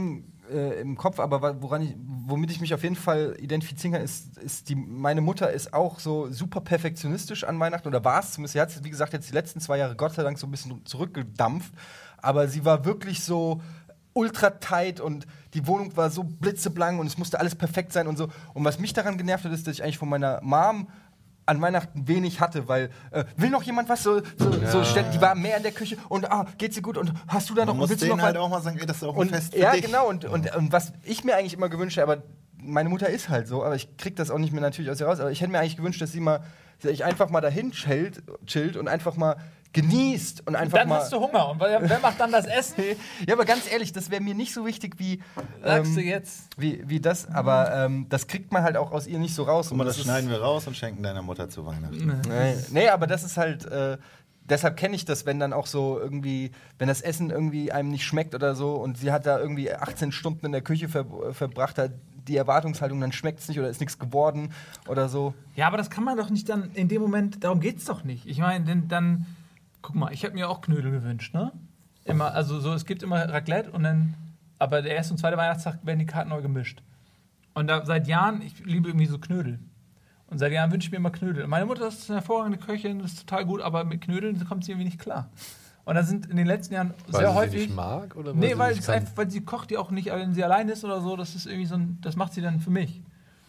im Kopf, aber womit ich mich auf jeden Fall identifizieren kann, ist meine Mutter ist auch so super perfektionistisch an Weihnachten, oder war es zumindest. Sie hat es, wie gesagt, jetzt die letzten 2 Jahre Gott sei Dank so ein bisschen zurückgedampft, aber sie war wirklich so ultra tight und die Wohnung war so blitzeblank und es musste alles perfekt sein und so. Und was mich daran genervt hat, ist, dass ich eigentlich von meiner Mom an Weihnachten wenig hatte, weil will noch jemand was die war mehr in der Küche und geht's dir gut und hast du da noch Man muss willst du denen noch halt was? auch mal sagen, ey, das ist auch ein Und Fest für ja, dich. genau und was ich mir eigentlich immer gewünscht habe, aber meine Mutter ist halt so, aber ich krieg das auch nicht mehr natürlich aus ihr raus, aber ich hätte mir eigentlich gewünscht, dass ich einfach mal dahin chillt und einfach mal genießt und einfach Dann mal. hast du Hunger. Und wer macht dann das Essen? Ja, aber ganz ehrlich, das wäre mir nicht so wichtig wie Sagst du jetzt? wie das, aber das kriegt man halt auch aus ihr nicht so raus. Guck mal, Und das schneiden wir raus und schenken deiner Mutter zu Weihnachten. Nee, aber das ist halt, deshalb kenne ich das, wenn dann auch so irgendwie, wenn das Essen irgendwie einem nicht schmeckt oder so und sie hat da irgendwie 18 Stunden in der Küche verbracht, hat die Erwartungshaltung, dann schmeckt es nicht oder ist nichts geworden oder so. Ja, aber das kann man doch nicht dann in dem Moment, darum geht's doch nicht. Ich meine, denn dann, guck mal, ich habe mir auch Knödel gewünscht, ne? Immer, also so, es gibt immer Raclette und dann, aber der erste und zweite Weihnachtstag werden die Karten neu gemischt. Und da seit Jahren, ich liebe irgendwie so Knödel. Und seit Jahren wünsche ich mir immer Knödel. Und meine Mutter ist eine hervorragende Köchin, das ist total gut, aber mit Knödeln kommt sie irgendwie nicht klar. Und da sind in den letzten Jahren sehr häufig. Weil sie nicht mag? Oder Nee, weil sie kocht die auch nicht, wenn sie allein ist oder so. Das ist irgendwie das macht sie dann für mich.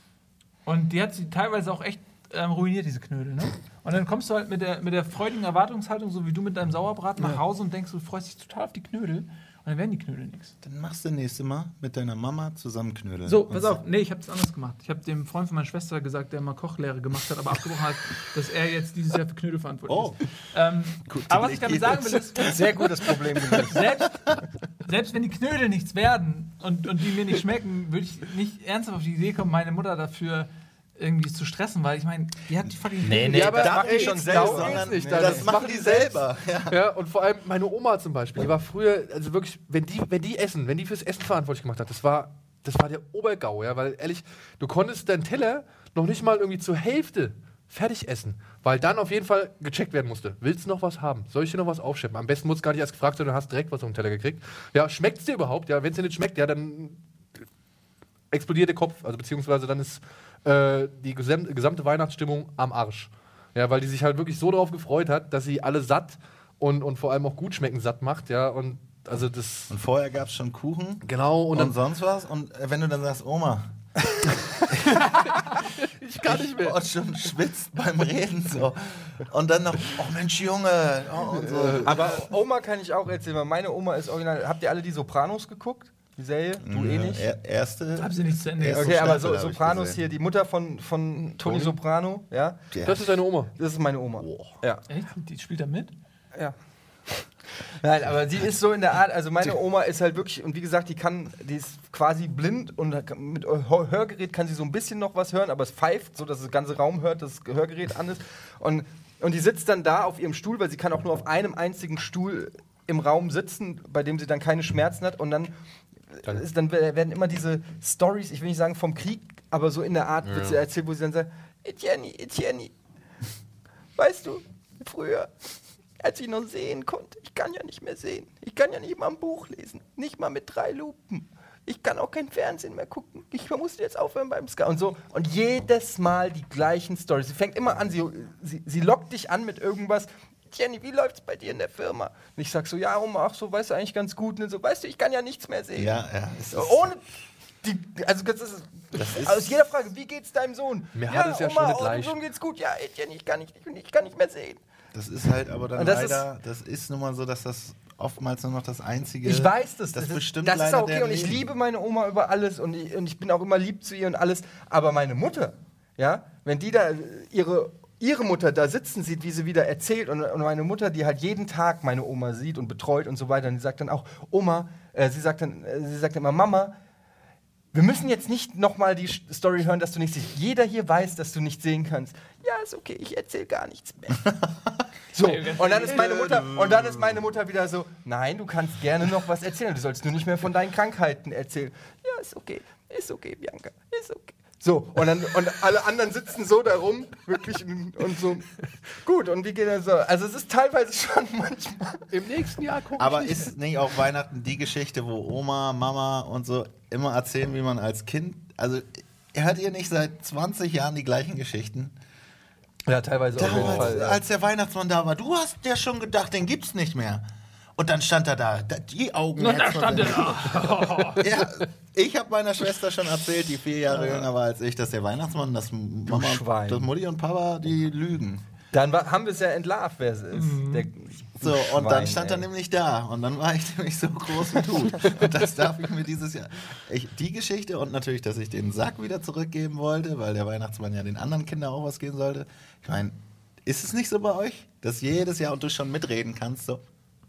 Und die hat sie teilweise auch echt ruiniert, diese Knödel. Ne? Und dann kommst du halt mit der freudigen Erwartungshaltung, so wie du mit deinem Sauerbraten, nach Hause und denkst, du freust dich total auf die Knödel. Und dann werden die Knödel nichts. Dann machst du nächste Mal mit deiner Mama zusammen Knödel. So, pass auf. Nee, ich habe es anders gemacht. Ich habe dem Freund von meiner Schwester gesagt, der mal Kochlehre gemacht hat, aber abgebrochen hat, dass er jetzt dieses Jahr für Knödel verantwortlich ist. Aber was ich damit sagen will, ist, Sehr gutes Problem gelöst. selbst wenn die Knödel nichts werden und die mir nicht schmecken, würde ich nicht ernsthaft auf die Idee kommen, meine Mutter dafür irgendwie zu stressen, weil ich meine, die hat die fucking Knödel. Nee, aber das macht die schon selbst. Das machen die selber. Ja. Ja, und vor allem meine Oma zum Beispiel, die war früher, also wirklich, wenn die fürs Essen verantwortlich gemacht hat, das war der Obergau, ja, weil ehrlich, du konntest deinen Teller noch nicht mal irgendwie zur Hälfte fertig essen, weil dann auf jeden Fall gecheckt werden musste. Willst du noch was haben? Soll ich dir noch was aufscheppen? Am besten wurde es gar nicht erst gefragt, sondern hast direkt was auf den Teller gekriegt. Ja, schmeckt es dir überhaupt? Ja, wenn es dir nicht schmeckt, ja, dann explodiert der Kopf, also beziehungsweise dann ist die gesamte Weihnachtsstimmung am Arsch. Ja, weil die sich halt wirklich so darauf gefreut hat, dass sie alle satt und vor allem auch gut schmecken satt macht, ja, und also das... Und vorher gab es schon Kuchen Genau, und sonst was. Und wenn du dann sagst, Oma, ich kann nicht mehr. und schon schwitzt beim Reden so. Und dann noch, oh Mensch, Junge. Oh, und so. Aber Oma kann ich auch erzählen, weil meine Oma ist original. Habt ihr alle die Sopranos geguckt? Die Serie? Du eh nicht? Erste. Hab sie nicht zu Ende Erste Okay, aber Staffel hab ich Sopranos gesehen. hier, die Mutter von Tony Soprano, ja? Ja. Das ist deine Oma. Das ist meine Oma. Ja. Echt? Die spielt da mit? Ja. Nein, aber sie ist so in der Art, also meine Oma ist halt wirklich, und wie gesagt, die ist quasi blind und mit Hörgerät kann sie so ein bisschen noch was hören, aber es pfeift, so dass der ganze Raum hört, dass das Hörgerät an ist. Und die sitzt dann da auf ihrem Stuhl, weil sie kann auch nur auf einem einzigen Stuhl im Raum sitzen, bei dem sie dann keine Schmerzen hat. Und dann werden immer diese Stories, ich will nicht sagen vom Krieg, aber so in der Art wird sie erzählt, wo sie dann sagt, Etienne, weißt du, früher, als ich noch sehen konnte, ich kann ja nicht mehr sehen. Ich kann ja nicht mal ein Buch lesen, nicht mal mit 3 Lupen. Ich kann auch kein Fernsehen mehr gucken. Ich musste jetzt aufhören beim Sky und so. Und jedes Mal die gleichen Storys. Sie fängt immer an, sie lockt dich an mit irgendwas. Jenny, wie läuft's bei dir in der Firma? Und ich sag so, ja, Oma, ach so, weißt du eigentlich ganz gut. Und so, weißt du, ich kann ja nichts mehr sehen. Ja. Ohne also das ist aus jeder Frage, wie geht's deinem Sohn? Mir ja, hat es ja Oma, schon nicht dem leicht. Sohn geht's gut. Ja, Jenny, ich kann nicht mehr sehen. Das ist halt aber dann Und das leider, das ist nun mal so, dass das oftmals nur noch das einzige... Ich weiß das. Das bestimmt das ist leider auch okay deren und ich Leben. liebe meine Oma über alles und ich bin auch immer lieb zu ihr und alles. Aber meine Mutter, ja, wenn die da ihre Mutter da sitzen sieht, wie sie wieder erzählt und meine Mutter, die halt jeden Tag meine Oma sieht und betreut und so weiter, und die sagt dann auch, Oma, sie sagt immer, Mama, wir müssen jetzt nicht nochmal die Story hören, dass du nicht siehst. Jeder hier weiß, dass du nicht sehen kannst. Ja, ist okay, ich erzähle gar nichts mehr. So, und dann ist meine Mutter wieder so, nein, du kannst gerne noch was erzählen, du sollst nur nicht mehr von deinen Krankheiten erzählen. Ja, ist okay, Bianca, ist okay. So, und alle anderen sitzen so da rum, wirklich und so. Gut, und wie geht das so? Also es ist teilweise schon manchmal. Im nächsten Jahr gucken. Aber ist nicht auch Weihnachten die Geschichte, wo Oma, Mama und so immer erzählen, wie man als Kind, also hört ihr nicht seit 20 Jahren die gleichen Geschichten? Ja, teilweise auf jeden Fall. Ja. Als der Weihnachtsmann da war, du hast ja schon gedacht, den gibt's nicht mehr. Und dann stand er da, die Augen. Und da stand er da. Ja, ich habe meiner Schwester schon erzählt, die 4 Jahre jünger war als ich, dass der Weihnachtsmann, dass Mama, Schwein. dass Mutti und Papa, die lügen. Dann haben wir es ja entlarvt, wer es ist. So, und dann Schwein, stand er ey. nämlich da. Und dann war ich nämlich so groß wie du. Und das darf ich mir dieses Jahr. Die Geschichte und natürlich, dass ich den Sack wieder zurückgeben wollte, weil der Weihnachtsmann ja den anderen Kindern auch was geben sollte. Ich meine, ist es nicht so bei euch, dass jedes Jahr und du schon mitreden kannst? So?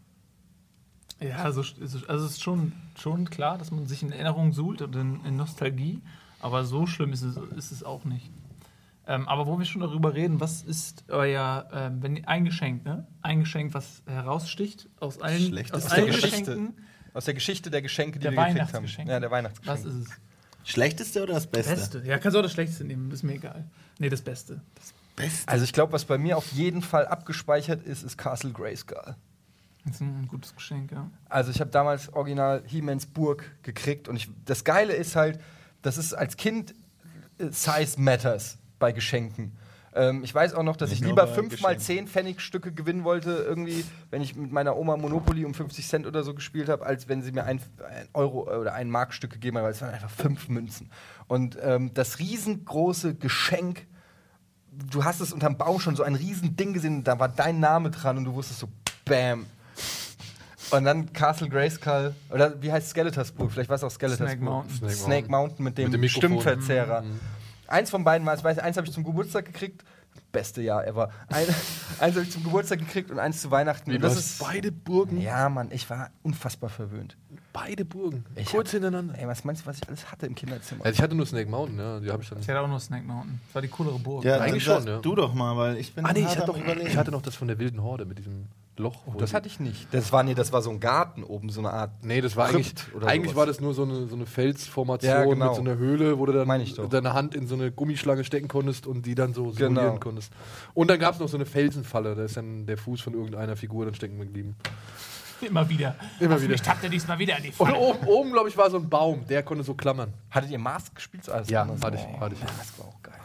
Ja, also es ist schon klar, dass man sich in Erinnerung suhlt und in Nostalgie, aber so schlimm ist es auch nicht. Aber wo wir schon darüber reden, was ist euer, wenn ein Geschenk, ne? Ein Geschenk, was heraussticht aus allen Schlechtes Geschenken. Aus der Geschichte der Geschenke, die Der wir gekriegt haben. Weihnachtsgeschenke. Ja, der Was Weihnachtsgeschenke. ist es? Schlechteste oder das Beste? Beste. Ja, kannst du auch das Schlechteste nehmen, ist mir egal. Nee, das Beste. Beste. Also ich glaube, was bei mir auf jeden Fall abgespeichert ist Castle Grayskull. Das ist ein gutes Geschenk, ja. Also ich habe damals original He-Mans Burg gekriegt und das Geile ist halt, das ist als Kind Size matters bei Geschenken. Ich weiß auch noch, dass Nicht ich nur lieber bei 5 mal Geschenken. 10 Pfennigstücke gewinnen wollte, irgendwie, wenn ich mit meiner Oma Monopoly um 50 Cent oder so gespielt habe, als wenn sie mir ein Euro oder ein Markstück gegeben hat, weil es waren einfach 5 Münzen. Und das riesengroße Geschenk, du hast es unterm Baum schon so ein riesen Ding gesehen, da war dein Name dran und du wusstest so, bam. Und dann Castle Grayskull, oder wie heißt Skeletorsburg? Vielleicht war es auch Skeletorsburg. Snake Mountain. Snake Mountain mit dem Mikrofon. Stimmverzerrer. Eins von beiden war, ich weiß, eins habe ich zum Geburtstag gekriegt. Beste Jahr ever. Eins habe ich zum Geburtstag gekriegt und eins zu Weihnachten. Und Das ist beide Burgen. ja, Mann, ich war unfassbar verwöhnt. Beide Burgen. Ich Kurz hab- hintereinander. Ey, was meinst du, was ich alles hatte im Kinderzimmer? Also ich hatte nur Snake Mountain, ja. Die habe ich dann. Ich hatte auch nur Snake Mountain. Das war die coolere Burg. Ja, Eigentlich dann schon, sag ja. Du doch mal, weil ich bin Ah nee, hart am ich hatte noch das von der wilden Horde mit diesem Loch. wo Das die- hatte ich nicht. Das war so ein Garten oben, so eine Art. Nee, das war eigentlich, Krypt oder eigentlich sowas. war das nur so eine Felsformation Ja, genau. mit so einer Höhle, wo du Meine ich dann doch. deine Hand in so eine Gummischlange stecken konntest und die dann so Genau. simulieren konntest. Und dann gab es noch so eine Felsenfalle, da ist dann der Fuß von irgendeiner Figur dann stecken geblieben. Immer wieder. Immer Ach, wieder. mich tappt er diesmal wieder in die Und Falle. oben glaube ich, war so ein Baum, der konnte so klammern. Hattet ihr Mask gespielt? So alles Ja, anders? hatte ich. Mask war auch geil.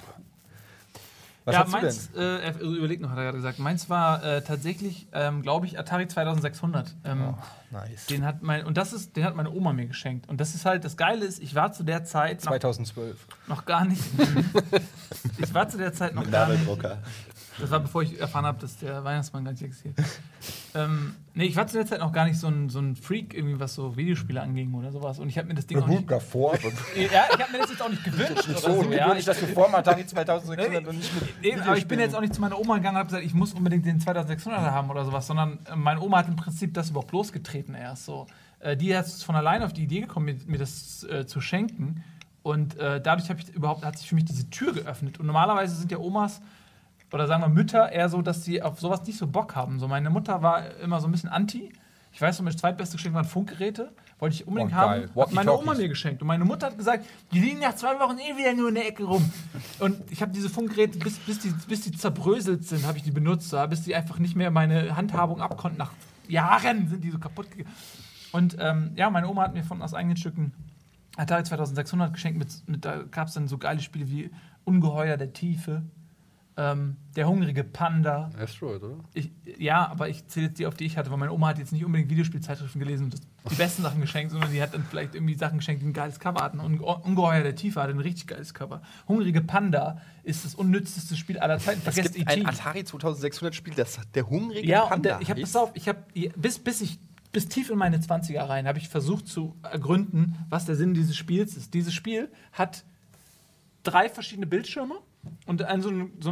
Was Ja, hast du meins, denn? überlegt noch, hat er gerade gesagt. Meins war tatsächlich, glaube ich, Atari 2600. Nice. Den hat meine Oma mir geschenkt. Und das ist halt, das Geile ist, ich war zu der Zeit 2012. noch gar nicht. Ich war zu der Zeit noch gar nicht. Nadeldrucker. Das war bevor ich erfahren habe, dass der Weihnachtsmann gar nicht existiert. Nee, ich war zu der Zeit noch gar nicht so ein Freak, irgendwie was so Videospiele anging oder sowas. Und ich habe mir das Ding auch nicht. davor. Ja, ich habe mir das jetzt auch nicht gewünscht. Oder so. Ja, ich, dass du vor dem Atari 2600 und nicht mit nee, aber ich bin jetzt auch nicht zu meiner Oma gegangen und habe gesagt, ich muss unbedingt den 2600er haben oder sowas, sondern meine Oma hat im Prinzip das überhaupt losgetreten erst so. Die ist von alleine auf die Idee gekommen, mir das zu schenken. Und dadurch hat sich für mich diese Tür geöffnet. Und normalerweise sind ja Omas oder sagen wir Mütter eher so, dass sie auf sowas nicht so Bock haben. So, meine Mutter war immer so ein bisschen anti. Ich weiß, so mein zweitbestes Geschenk waren Funkgeräte. Wollte ich unbedingt Oh, haben. geil. Hat meine Oma Walkie-Talkies. mir geschenkt. Und meine Mutter hat gesagt, die liegen nach 2 Wochen wieder nur in der Ecke rum. Und ich habe diese Funkgeräte, bis die zerbröselt sind, habe ich die benutzt. Bis die einfach nicht mehr meine Handhabung abkonnten. Nach Jahren sind die so kaputt gegangen. Und meine Oma hat mir aus eigenen Stücken Atari 2600 geschenkt. Da gab es dann so geile Spiele wie Ungeheuer der Tiefe, der hungrige Panda. Asteroid, oder? Aber ich zähle jetzt die, auf die ich hatte, weil meine Oma hat jetzt nicht unbedingt Videospielzeitschriften gelesen und die besten Sachen geschenkt, sondern die hat dann vielleicht irgendwie Sachen geschenkt, die ein geiles Cover hatten. Und Ungeheuer der Tiefe hatte ein richtig geiles Cover. Hungrige Panda ist das unnützeste Spiel aller Zeiten. Es Vergesst gibt ein Atari 2600 Spiel, das der hungrige ja, Panda und ich habe, heißt. pass auf, bis tief in meine 20er rein habe ich versucht zu ergründen, was der Sinn dieses Spiels ist. Dieses Spiel hat 3 verschiedene Bildschirme und eine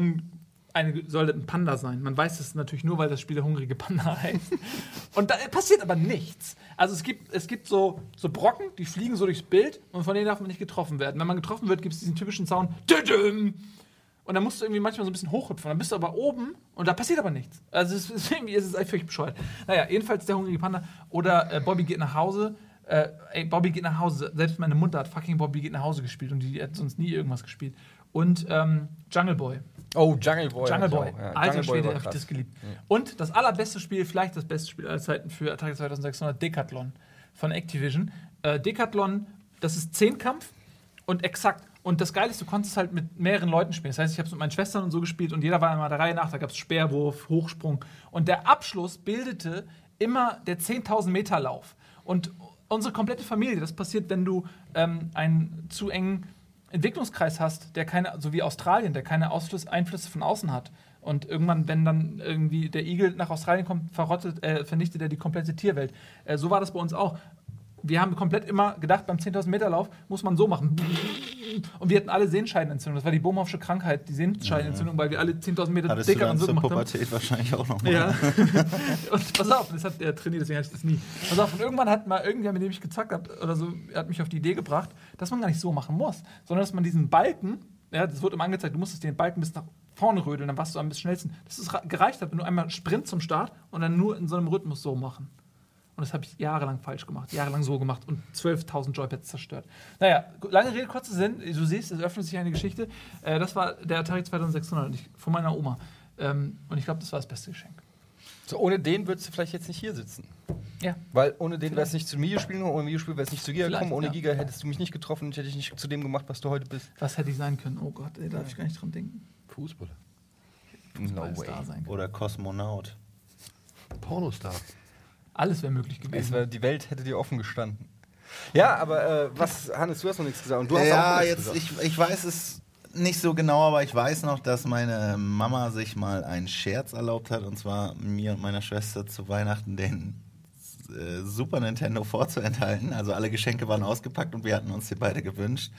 soll ein Panda sein. Man weiß es natürlich nur, weil das Spiel der hungrige Panda heißt. Und da passiert aber nichts. Also es gibt so Brocken, die fliegen so durchs Bild und von denen darf man nicht getroffen werden. Wenn man getroffen wird, gibt es diesen typischen Sound. Tüdüm! Und dann musst du irgendwie manchmal so ein bisschen hochhüpfen. Dann bist du aber oben und da passiert aber nichts. Also irgendwie ist es einfach bescheuert. Naja, jedenfalls der hungrige Panda. Oder Bobby geht nach Hause. Bobby geht nach Hause. Selbst meine Mutter hat fucking Bobby geht nach Hause gespielt und die hat sonst nie irgendwas gespielt. Und Jungle Boy. Oh, Jungle Boy. Jungle Boy. Ja, Alter Jungle Boy Schwede, war hab ich krass. das geliebt. Und das allerbeste Spiel, vielleicht das beste Spiel aller Zeiten für Atari 2600, Decathlon von Activision. Decathlon, das ist 10-Kampf und exakt. Und das Geile ist, du konntest halt mit mehreren Leuten spielen. Das heißt, ich habe es mit meinen Schwestern und so gespielt und jeder war immer der Reihe nach. Da gab es Speerwurf, Hochsprung. Und der Abschluss bildete immer der 10.000 Meter Lauf. Und unsere komplette Familie, das passiert, wenn du einen zu engen Entwicklungskreis hast, der keine, so wie Australien, der keine Einflüsse von außen hat. Und irgendwann, wenn dann irgendwie der Igel nach Australien kommt, vernichtet er die komplette Tierwelt. So war das bei uns auch. Wir haben komplett immer gedacht, beim 10.000 Meter Lauf muss man so machen. Und wir hatten alle Sehenscheidenentzündung. Das war die Bohmhoffsche Krankheit, die Sehenscheidenentzündung, weil wir alle 10.000 Meter Hattest du dicker dann und so zur gemacht haben. Pubertät wahrscheinlich auch noch mal. Ja. Und pass auf, das hat er trainiert, deswegen hatte ich das nie. Pass auf, und irgendwann hat mal irgendwer, mit dem ich gezockt habe, oder so, er hat mich auf die Idee gebracht, dass man gar nicht so machen muss, sondern dass man diesen Balken, ja, das wurde immer angezeigt, du musstest den Balken bis nach vorne rödeln, dann warst du am schnellsten. Das ist gereicht hat, wenn du einmal Sprint zum Start und dann nur in so einem Rhythmus so machen. Und das habe ich jahrelang falsch gemacht, jahrelang so gemacht und 12.000 Joypads zerstört. Naja, lange Rede, kurzer Sinn. Du siehst, es öffnet sich eine Geschichte. Das war der Atari 2600 von meiner Oma. Und ich glaube, das war das beste Geschenk. So, ohne den würdest du vielleicht jetzt nicht hier sitzen. Ja. Weil ohne den wäre es nicht zu Videospielen gekommen, ohne Videospiel wäre es nicht zu Giga Vielleicht, gekommen, ohne ja. Giga hättest du mich nicht getroffen und hätte ich nicht zu dem gemacht, was du heute bist. Was hätte ich sein können? Oh Gott, ey, da darf ich gar nicht dran denken. Fußball. No Alles way. da sein können. Oder Kosmonaut. Pornostar. Alles wäre möglich gewesen. Die Welt hätte dir offen gestanden. Ja, aber Hannes, du hast noch nichts gesagt. Und du hast Ja, auch noch jetzt, nichts gesagt. ich weiß es nicht so genau, aber ich weiß noch, dass meine Mama sich mal einen Scherz erlaubt hat, und zwar mir und meiner Schwester zu Weihnachten den Super Nintendo vorzuenthalten. Also alle Geschenke waren ausgepackt und wir hatten uns die beide gewünscht.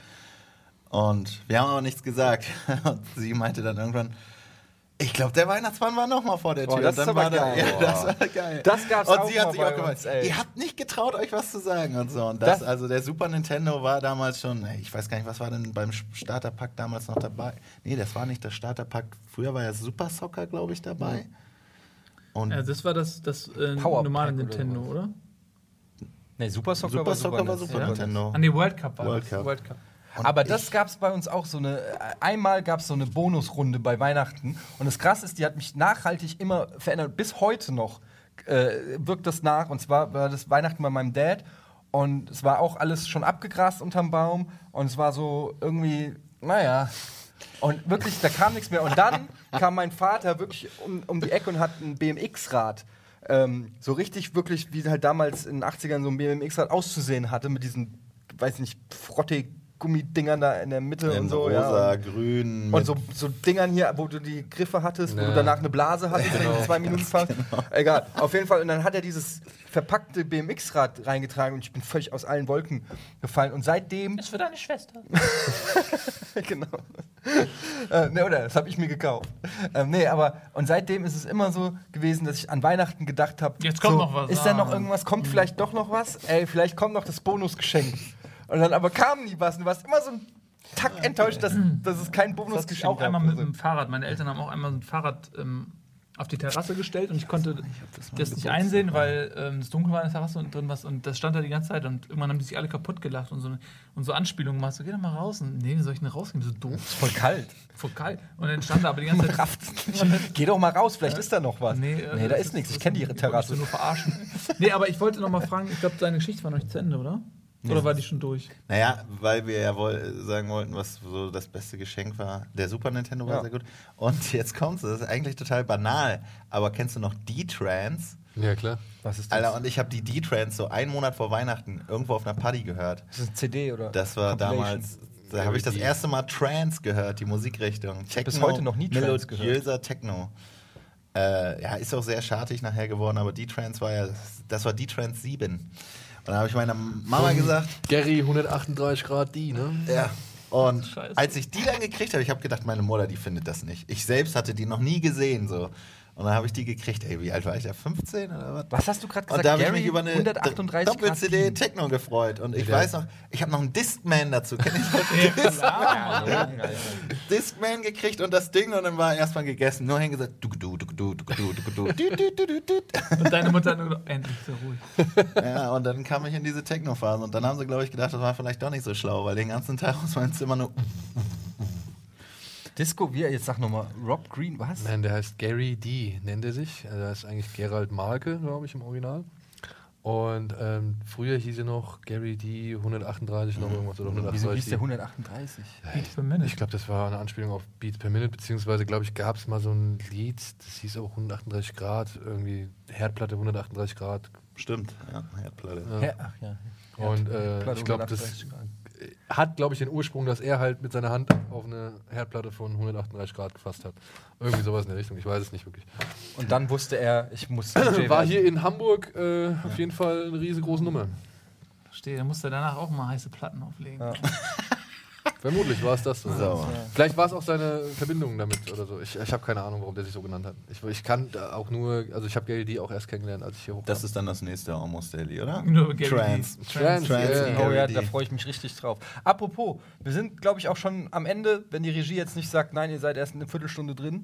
Und wir haben aber nichts gesagt. Und sie meinte dann irgendwann, ich glaube, der Weihnachtsmann war noch mal vor der Tür. Boah, das Und ist dann aber war der- geil. Ja, Boah. das war geil. Das gab's und auch sie hat mal sich auch bei gemeint, uns, ey. ihr habt nicht getraut, euch was zu sagen und so. Und also der Super Nintendo war damals schon, ich weiß gar nicht, was war denn beim Starterpack damals noch dabei? Nee, das war nicht das Starterpack. Früher war ja Super Soccer, glaube ich, dabei. Und Ja, das war das Power normale Pack oder Nintendo, sowas. oder? Nee, Super Soccer Super Soccer war NES. Super Ja? Nintendo. An die World Cup war World das. Cup. World Cup. Aber das gab es bei uns auch einmal gab es so eine Bonusrunde bei Weihnachten. Und das Krasse ist, die hat mich nachhaltig immer verändert. Bis heute noch wirkt das nach. Und zwar war das Weihnachten bei meinem Dad. Und es war auch alles schon abgegrast unterm Baum. Und es war so irgendwie, naja. Und wirklich, da kam nichts mehr. Und dann kam mein Vater wirklich um die Ecke und hat ein BMX-Rad. So richtig, wirklich, wie halt damals in den 80ern so ein BMX-Rad auszusehen hatte. Mit diesen, weiß nicht, Frotte-Gummidingern da in der Mitte und so. rosa, Ja. grün. Und so Dingern hier, wo du die Griffe hattest, wo Ja. du danach eine Blase hattest, wenn du 2 Minuten fährst. Egal, auf jeden Fall. Und dann hat er dieses verpackte BMX-Rad reingetragen und ich bin völlig aus allen Wolken gefallen. Und seitdem... Ist für deine Schwester. genau. Ne, oder? Das habe ich mir gekauft. Nee, aber... Und seitdem ist es immer so gewesen, dass ich an Weihnachten gedacht habe... Jetzt kommt noch was. Ist da noch irgendwas? Kommt vielleicht doch noch was? Ey, vielleicht kommt noch das Bonusgeschenk. Und dann aber kam nie was. Und du warst immer so ein Tack enttäuscht, dass es kein Das hatte ich Bonusgeschenk auch einmal gab. mit dem Fahrrad. Meine Eltern haben auch einmal ein Fahrrad auf die Terrasse gestellt und ich konnte das nicht einsehen, weil es dunkel war in der Terrasse und drin was und das stand da die ganze Zeit und irgendwann haben die sich alle kaputt gelacht und so Anspielungen machst. So, geh doch mal raus. Und, nee, wie soll ich denn rausgehen? So doof. Voll kalt. Voll kalt. Und dann stand da aber die ganze Zeit. Geh doch mal raus, vielleicht ist da noch was. Nee, da ist nichts. Ich kenne die Terrasse. Ich wollte nur verarschen. Nee, aber ich wollte noch mal fragen, ich glaube, deine Geschichte war noch nicht zu Ende, oder? Oder war die schon durch? Naja, weil wir ja sagen wollten, was so das beste Geschenk war. Der Super Nintendo war sehr gut. Und jetzt kommt's, das ist eigentlich total banal. Aber kennst du noch D-Trance? Ja, klar. Was ist das? Alter, und ich habe die D-Trance so einen Monat vor Weihnachten irgendwo auf einer Party gehört. Das ist eine CD oder? Das war Compilation? damals, da habe ich das erste Mal Trance gehört, die Musikrichtung. Ich hab bis heute noch nie Trance gehört. Melodiöser Techno. Ja, ist auch sehr schartig nachher geworden, aber D-Trance war ja, das war D-Trance 7. Und dann habe ich meiner Mama gesagt, Gary 138 Grad die, ne? ja. Und Scheiße. als ich die dann gekriegt habe, ich habe gedacht, meine Mutter, die findet das nicht. Ich selbst hatte die noch nie gesehen, so. Und dann habe ich die gekriegt. Ey, wie alt war ich da? 15 oder was? Was hast du gerade Und gesagt? da habe ich Gary, mich über eine 138 Doppel-CD Grad Techno gefreut. Und ich Ja. weiß noch, ich habe noch einen Discman dazu. Kennt ihr das? Alter. Discman gekriegt und das Ding und dann war erstmal gegessen. Nur hingesagt, du. Und deine Mutter hat nur gedacht, endlich so ruhig. Ja, und dann kam ich in diese Techno-Phase. Und dann haben sie, glaube ich, gedacht, das war vielleicht doch nicht so schlau, weil den ganzen Tag aus meinem Zimmer nur. Disco, wie jetzt sag nochmal, Rob Green, was? Nein, der heißt Gary D, nennt er sich. Also er ist eigentlich Gerald Malke, glaube ich, im Original. Und früher hieß er noch Gary D 138 noch irgendwas oder Wieso 138. hieß der 138? Beats per Minute. Ich glaube, das war eine Anspielung auf Beats per Minute, beziehungsweise, glaube ich, gab es mal so ein Lied, das hieß auch 138 Grad, irgendwie Herdplatte 138 Grad. Stimmt, ja, Herdplatte. Ja. Ja, ach ja. Und Platte ich glaube, das 138 Grad. hat, glaube ich, den Ursprung, dass er halt mit seiner Hand auf eine Herdplatte von 138 Grad gefasst hat. Irgendwie sowas in der Richtung, ich weiß es nicht wirklich. Und dann wusste er, ich muss War werden. hier in Hamburg auf jeden Fall eine riesengroße Nummer. Verstehe, da musst du danach auch mal heiße Platten auflegen. Ja. Vermutlich war es das so. So. Vielleicht war es auch seine Verbindung damit oder so. Ich habe keine Ahnung, warum der sich so genannt hat. Ich kann da auch nur, also ich habe Gary D auch erst kennengelernt, als ich hier hochkam. Das ist dann das nächste Almost Daily, oder? Nur Gary Trans. D. Trans, Trans. ja. Oh ja, Gary da D. freue ich mich richtig drauf. Apropos, wir sind, glaube ich, auch schon am Ende, wenn die Regie jetzt nicht sagt, nein, ihr seid erst eine Viertelstunde drin.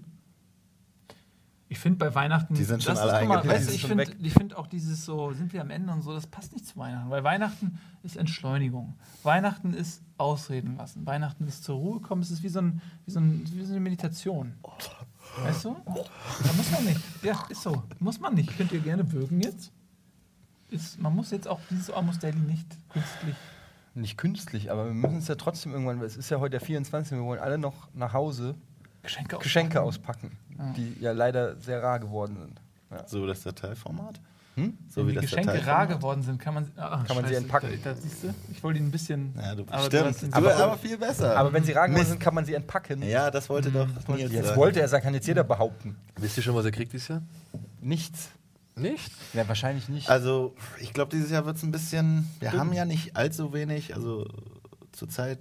Ich finde bei Weihnachten. Die sind schon das alle ist, guck mal, eingepennt. weißt du, Die ich sind finde weg. find auch dieses so, sind wir am Ende und so, das passt nicht zu Weihnachten. Weil Weihnachten ist Entschleunigung. Weihnachten ist Ausreden lassen. Weihnachten ist zur Ruhe kommen. Es ist wie so eine Meditation. Weißt du? Da muss man nicht. Ja, ist so. Muss man nicht. Könnt ihr gerne würgen jetzt? Man muss jetzt auch dieses Almost Daily nicht künstlich. Nicht künstlich, aber wir müssen es ja trotzdem irgendwann, es ist ja heute der 24. Wir wollen alle noch nach Hause Geschenke auspacken, Ja. die ja leider sehr rar geworden sind. Ja. So das Dateiformat? Hm? So Wenn wie die das Geschenke rar Dateiformat? geworden sind, kann man sie Scheiße, entpacken. Da siehst du, ich wollte ihn ein bisschen. Ja, du aber stimmt. hast ihn Aber, so- aber viel besser. Aber wenn sie rar geworden Mist. sind, kann man sie entpacken. Ja, das wollte doch Nils Jetzt sagen. wollte er sagen, kann jetzt jeder behaupten. Wisst ihr schon, was er kriegt dieses Jahr? Nichts. Nicht? Ja, wahrscheinlich nicht. Also, ich glaube, dieses Jahr wird es ein bisschen. Wir haben ja nicht allzu wenig. Also, zurzeit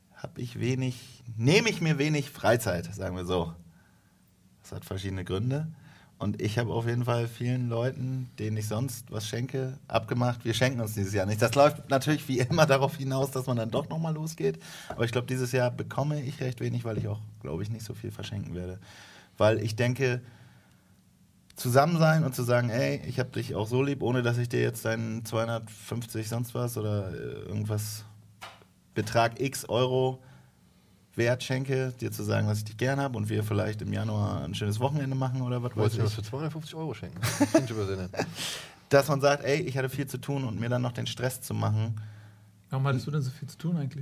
nehme ich mir wenig Freizeit, sagen wir so. Das hat verschiedene Gründe. Und ich habe auf jeden Fall vielen Leuten, denen ich sonst was schenke, abgemacht. Wir schenken uns dieses Jahr nicht. Das läuft natürlich wie immer darauf hinaus, dass man dann doch nochmal losgeht. Aber ich glaube, dieses Jahr bekomme ich recht wenig, weil ich auch, glaube ich, nicht so viel verschenken werde. Weil ich denke, zusammen sein und zu sagen, ey, ich habe dich auch so lieb, ohne dass ich dir jetzt deinen 250 sonst was oder irgendwas Betrag X Euro Wert schenke, dir zu sagen, dass ich dich gern habe und wir vielleicht im Januar ein schönes Wochenende machen oder was weiß Wolltest du mir das ich. für 250 Euro schenken? Das klingt übersehen. Dass man sagt, ey, ich hatte viel zu tun und mir dann noch den Stress zu machen. Warum hattest du denn so viel zu tun eigentlich?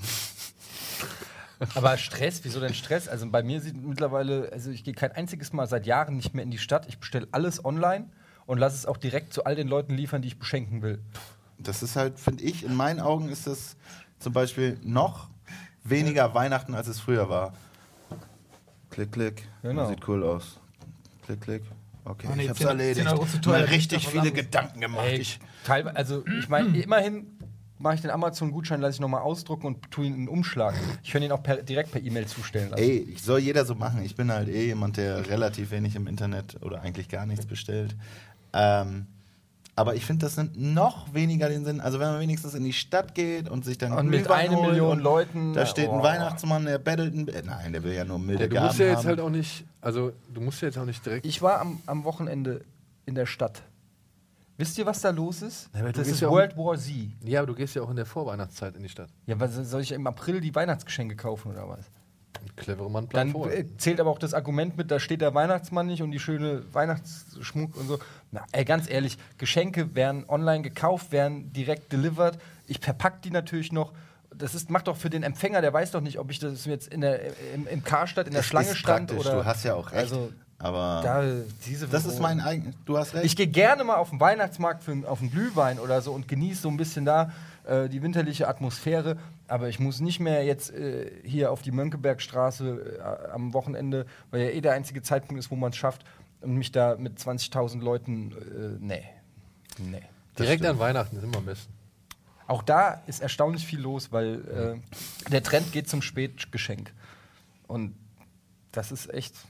Aber Stress, wieso denn Stress? Also bei mir sieht mittlerweile, also ich gehe kein einziges Mal seit Jahren nicht mehr in die Stadt. Ich bestelle alles online und lasse es auch direkt zu all den Leuten liefern, die ich beschenken will. Das ist halt, finde ich, in meinen Augen ist das zum Beispiel noch weniger Weihnachten, als es früher war. Klick, klick. Genau. Sieht cool aus. Klick, klick. Okay, Oh nee, ich hab's 10 erledigt. Euro zu teuer. Mir richtig Davon viele anderes. Gedanken gemacht. Ey, teilweise, also ich meine, immerhin mache ich den Amazon-Gutschein, lasse ich nochmal ausdrucken und tue ihn in einen Umschlag. Ich kann ihn auch direkt per E-Mail zustellen lassen. Ey, ich soll jeder so machen. Ich bin halt jemand, der relativ wenig im Internet oder eigentlich gar nichts bestellt. Aber ich finde, das nimmt noch weniger den Sinn. Also wenn man wenigstens in die Stadt geht und sich dann Und mit Glühwein 1 holt Million und Leuten. da steht ein Oh. Weihnachtsmann, der bettelt nein, der will ja nur milde Ja, du Gaben musst ja jetzt haben. halt auch nicht, also du musst ja jetzt auch nicht direkt. Ich war am Wochenende in der Stadt. Wisst ihr, was da los ist? Ja, aber du Das gehst ist ja auch- World War Z. Ja, aber du gehst ja auch in der Vorweihnachtszeit in die Stadt. Ja, was soll ich im April die Weihnachtsgeschenke kaufen oder was? Ein cleverer Mann plant Dann vor. zählt aber auch das Argument mit, da steht der Weihnachtsmann nicht und die schöne Weihnachtsschmuck und so. Na, ey, ganz ehrlich, Geschenke werden online gekauft, werden direkt delivered. Ich verpack die natürlich noch. Macht doch für den Empfänger, der weiß doch nicht, ob ich das jetzt im Karstadt in der Es Schlange ist stand praktisch, oder. du hast ja auch recht. Also, aber das ist mein eigenes. Du hast recht. Ich gehe gerne mal auf den Weihnachtsmarkt auf einen Glühwein oder so und genieße so ein bisschen da die winterliche Atmosphäre. Aber ich muss nicht mehr jetzt hier auf die Mönckebergstraße am Wochenende, weil ja der einzige Zeitpunkt ist, wo man es schafft, und mich da mit 20.000 Leuten, nee. Direkt stimmt. an Weihnachten ist immer am besten. Auch da ist erstaunlich viel los, weil der Trend geht zum Spätgeschenk. Und das ist echt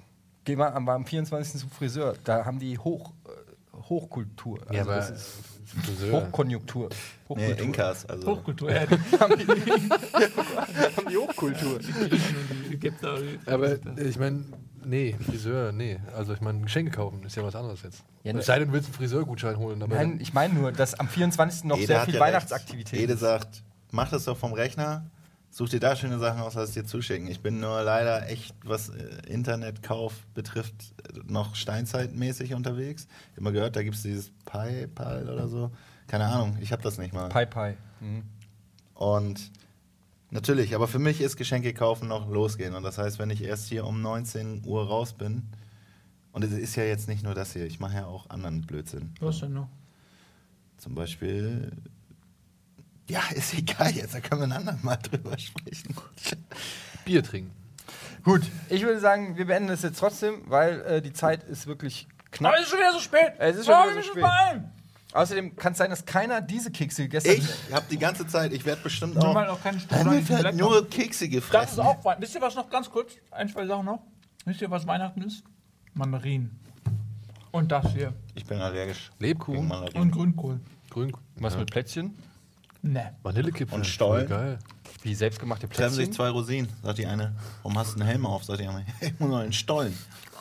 Geh mal am 24. zum Friseur. Da haben die Hochkultur. Also Ja, aber das ist Friseur. Hochkonjunktur. Nee, Inkas. Also Hochkultur, ja. Haben die Hochkultur. Die Ägypter. Aber ich meine, nee, Friseur, nee. Also ich meine, Geschenke kaufen ist ja was anderes jetzt. Ja, Es sei denn, du willst einen Friseurgutschein holen. Aber Nein, ich meine nur, dass am 24. noch Ede sehr hat viel ja Weihnachtsaktivität recht. Ede ist. sagt, mach das doch vom Rechner, such dir da schöne Sachen aus, lass es dir zuschicken. Ich bin nur leider echt, was Internetkauf betrifft, noch steinzeitmäßig unterwegs. Ich habe mal gehört, da gibt es dieses PayPal oder so. Keine Ahnung, ich habe das nicht mal. Pi. Mhm. Und natürlich, aber für mich ist Geschenke kaufen noch losgehen. Und das heißt, wenn ich erst hier um 19 Uhr raus bin, und es ist ja jetzt nicht nur das hier, ich mache ja auch anderen Blödsinn. Was denn noch? Zum Beispiel, ja, ist egal jetzt, da können wir ein andermal drüber sprechen. Bier trinken. Gut, ich würde sagen, wir beenden das jetzt trotzdem, weil die Zeit ist wirklich knapp. Aber es ist schon wieder so spät. Es ist schon wieder so wir müssen spät. beeilen. Außerdem kann es sein, dass keiner diese Kekse gegessen hat. Ich habe die ganze Zeit, ich werde bestimmt Nimm auch, mal auch keine mir wird nur Kekse Das ist gefressen. auch Weihnachten. Wisst ihr was noch ganz kurz? Ein, zwei Sachen noch. Wisst ihr, was Weihnachten ist? Mandarinen. Und das hier. Ich bin allergisch. Lebkuchen. gegen Mandarinen. Und Grünkohl. Grün. Was ja. mit Plätzchen? Ne. Vanillekipferl. Und Stollen. Voll geil. Wie selbstgemachte Treffen sich Plätzchen? zwei Rosinen, sagt die eine. Warum hast du einen Helm auf? Sagt die andere. Ich muss noch einen Stollen.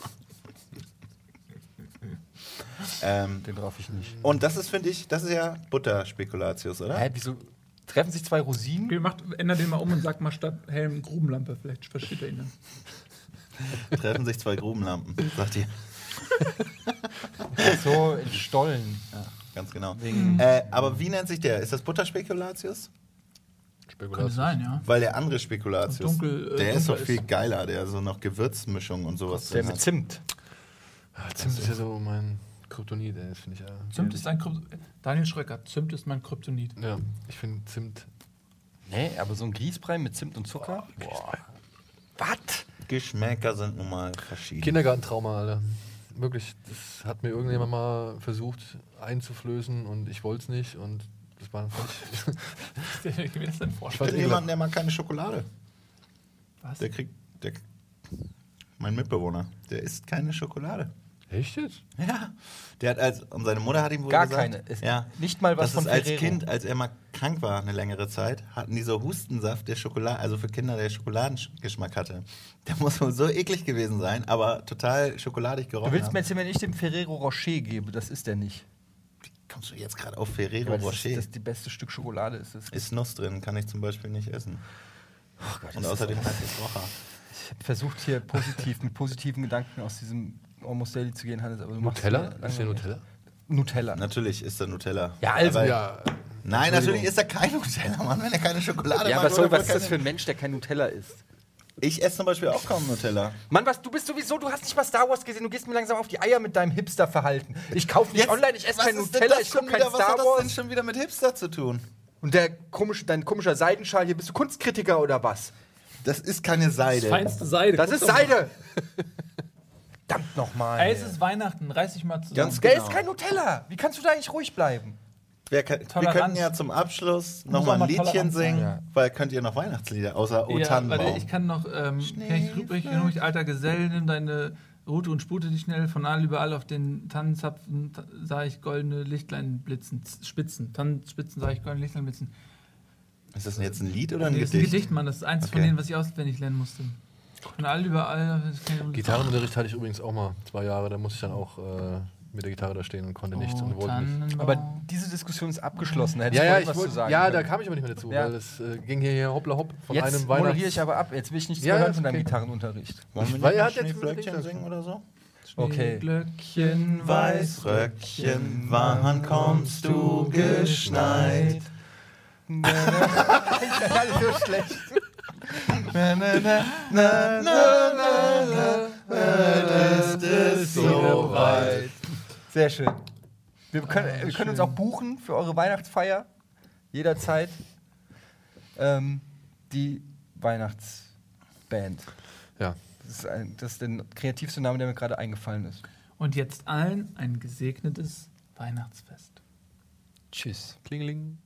Den drauf ich nicht. Und das ist, finde ich, das ist ja Butterspekulatius, oder? Hä, wieso treffen sich zwei Rosinen? Ändert den mal um und sagt mal statt Helm Grubenlampe. Vielleicht versteht er ihn dann. Treffen sich zwei Grubenlampen, sagt die. So in Stollen. Ja, ganz genau. Wegen Aber wie nennt sich der? Ist das Butterspekulatius? Könnte Spekulatius. sein, ja. Weil der andere Spekulatius, Dunkel, der ist doch dunkler viel ist. geiler, der so noch Gewürzmischung und sowas der drin mit hat. Zimt. Ah, Zimt ist ja so mein Kryptonit, ey. Das finde ich ja. Zimt ist ein Daniel Schröcker. Zimt ist mein Kryptonit. Ja, ich finde Zimt. Nee, aber so ein Grießbrei mit Zimt und Zucker? Boah. Was? Geschmäcker sind nun mal verschieden. Kindergartentrauma, Alter. Wirklich, das hat mir irgendjemand mal versucht einzuflößen und ich wollte es nicht und das war völlig. Wie mir das denn Ich vorstellen? kenne jemanden, der mag keine Schokolade. Was? Mein Mitbewohner, der isst keine Schokolade. Echt jetzt? Ja, der hat und seine Mutter hat ihm wohl Gar gesagt, keine. Ist ja, nicht mal was das von ist als Ferrero. Kind, als er mal krank war eine längere Zeit, hatten die so Hustensaft, der Schokolade, also für Kinder, der Schokoladengeschmack hatte. Der muss wohl so eklig gewesen sein, aber total schokoladig gerochen. Du willst mir haben. erzählen, wenn ich dem Ferrero Rocher gebe, das ist der nicht. Kommst du jetzt gerade auf Ferrero Weil das Rocher? ist das beste Stück Schokolade ist. Das Ist Nuss drin, kann ich zum Beispiel nicht essen. oh Gott, Und das außerdem ist, heißt es Rocher. ich habe versucht hier mit positiven Gedanken aus diesem Almost Daily zu gehen, Hannes, aber du machst Nutella? mir Ist der langweilig. Nutella? Nutella. Natürlich ist da Nutella. Ja, also, Aber- Ja. Nein, natürlich ist da kein Nutella, Mann, wenn er keine Schokolade Ja, mag. was oder ist das keine- für ein Mensch, der kein Nutella isst? Ich esse zum Beispiel auch kaum Nutella. Mann, du bist sowieso, du hast nicht mal Star Wars gesehen, du gehst mir langsam auf die Eier mit deinem Hipster-Verhalten. Ich kaufe nicht online, ich esse was kein ist denn Nutella, das ich gucke schon kein wieder? Was Star hat das denn Wars. schon wieder mit Hipster zu tun? Und dein komischer Seidenschal hier, bist du Kunstkritiker oder was? Das ist keine Seide. Feinste Seide. Das Guck ist doch mal. Seide! Verdammt nochmal. Ey, es ist Weihnachten. Reiß dich mal zusammen. Ganz Der genau. ist kein Nutella. Wie kannst du da eigentlich ruhig bleiben? Wir Toleranz. könnten ja zum Abschluss Muss nochmal auch ein mal Liedchen tolerant sein. singen, Ja. weil könnt ihr noch Weihnachtslieder, außer O Ja, Tannenbaum. warte, ich kann noch, kenn ich übrig, alter Gesell, nimm deine Rute und spute dich schnell, von all überall auf den Tannenzapfen sah ich goldene Lichtlein blitzen, Spitzen, Tannenspitzen sah ich goldene Lichtlein blitzen. Ist das jetzt ein Lied oder ein Nee, das ist ein Gedicht? Gedicht, Mann, das ist eins von Okay. denen, was ich auswendig lernen musste. Von all überall. Gitarrenunterricht hatte ich übrigens auch mal 2 Jahre. Da musste ich dann auch mit der Gitarre da stehen und konnte nichts und wollte nicht. Aber diese Diskussion ist abgeschlossen. Da hätte Ja, ja, vorhin ich was wollte, zu sagen ja, da können. kam ich aber nicht mehr dazu, Ja. weil es ging hier hoppla hopp von Jetzt einem moderiere ich aber ab. Jetzt will ich nichts Ja, mehr hören ja, von deinem okay. Gitarrenunterricht. Wollen wir Weil nicht er mal hat jetzt Schneeflöckchen mit- singen oder so? Okay. Glöckchen Weißröckchen, wann kommst du geschneit? Alles so schlecht. Ist es soweit? Sehr schön. Wir können uns auch buchen für eure Weihnachtsfeier. Jederzeit. Die Weihnachtsband. Ja. Das ist der kreativste Name, der mir gerade eingefallen ist. Und jetzt allen ein gesegnetes Weihnachtsfest. Tschüss. Klingeling.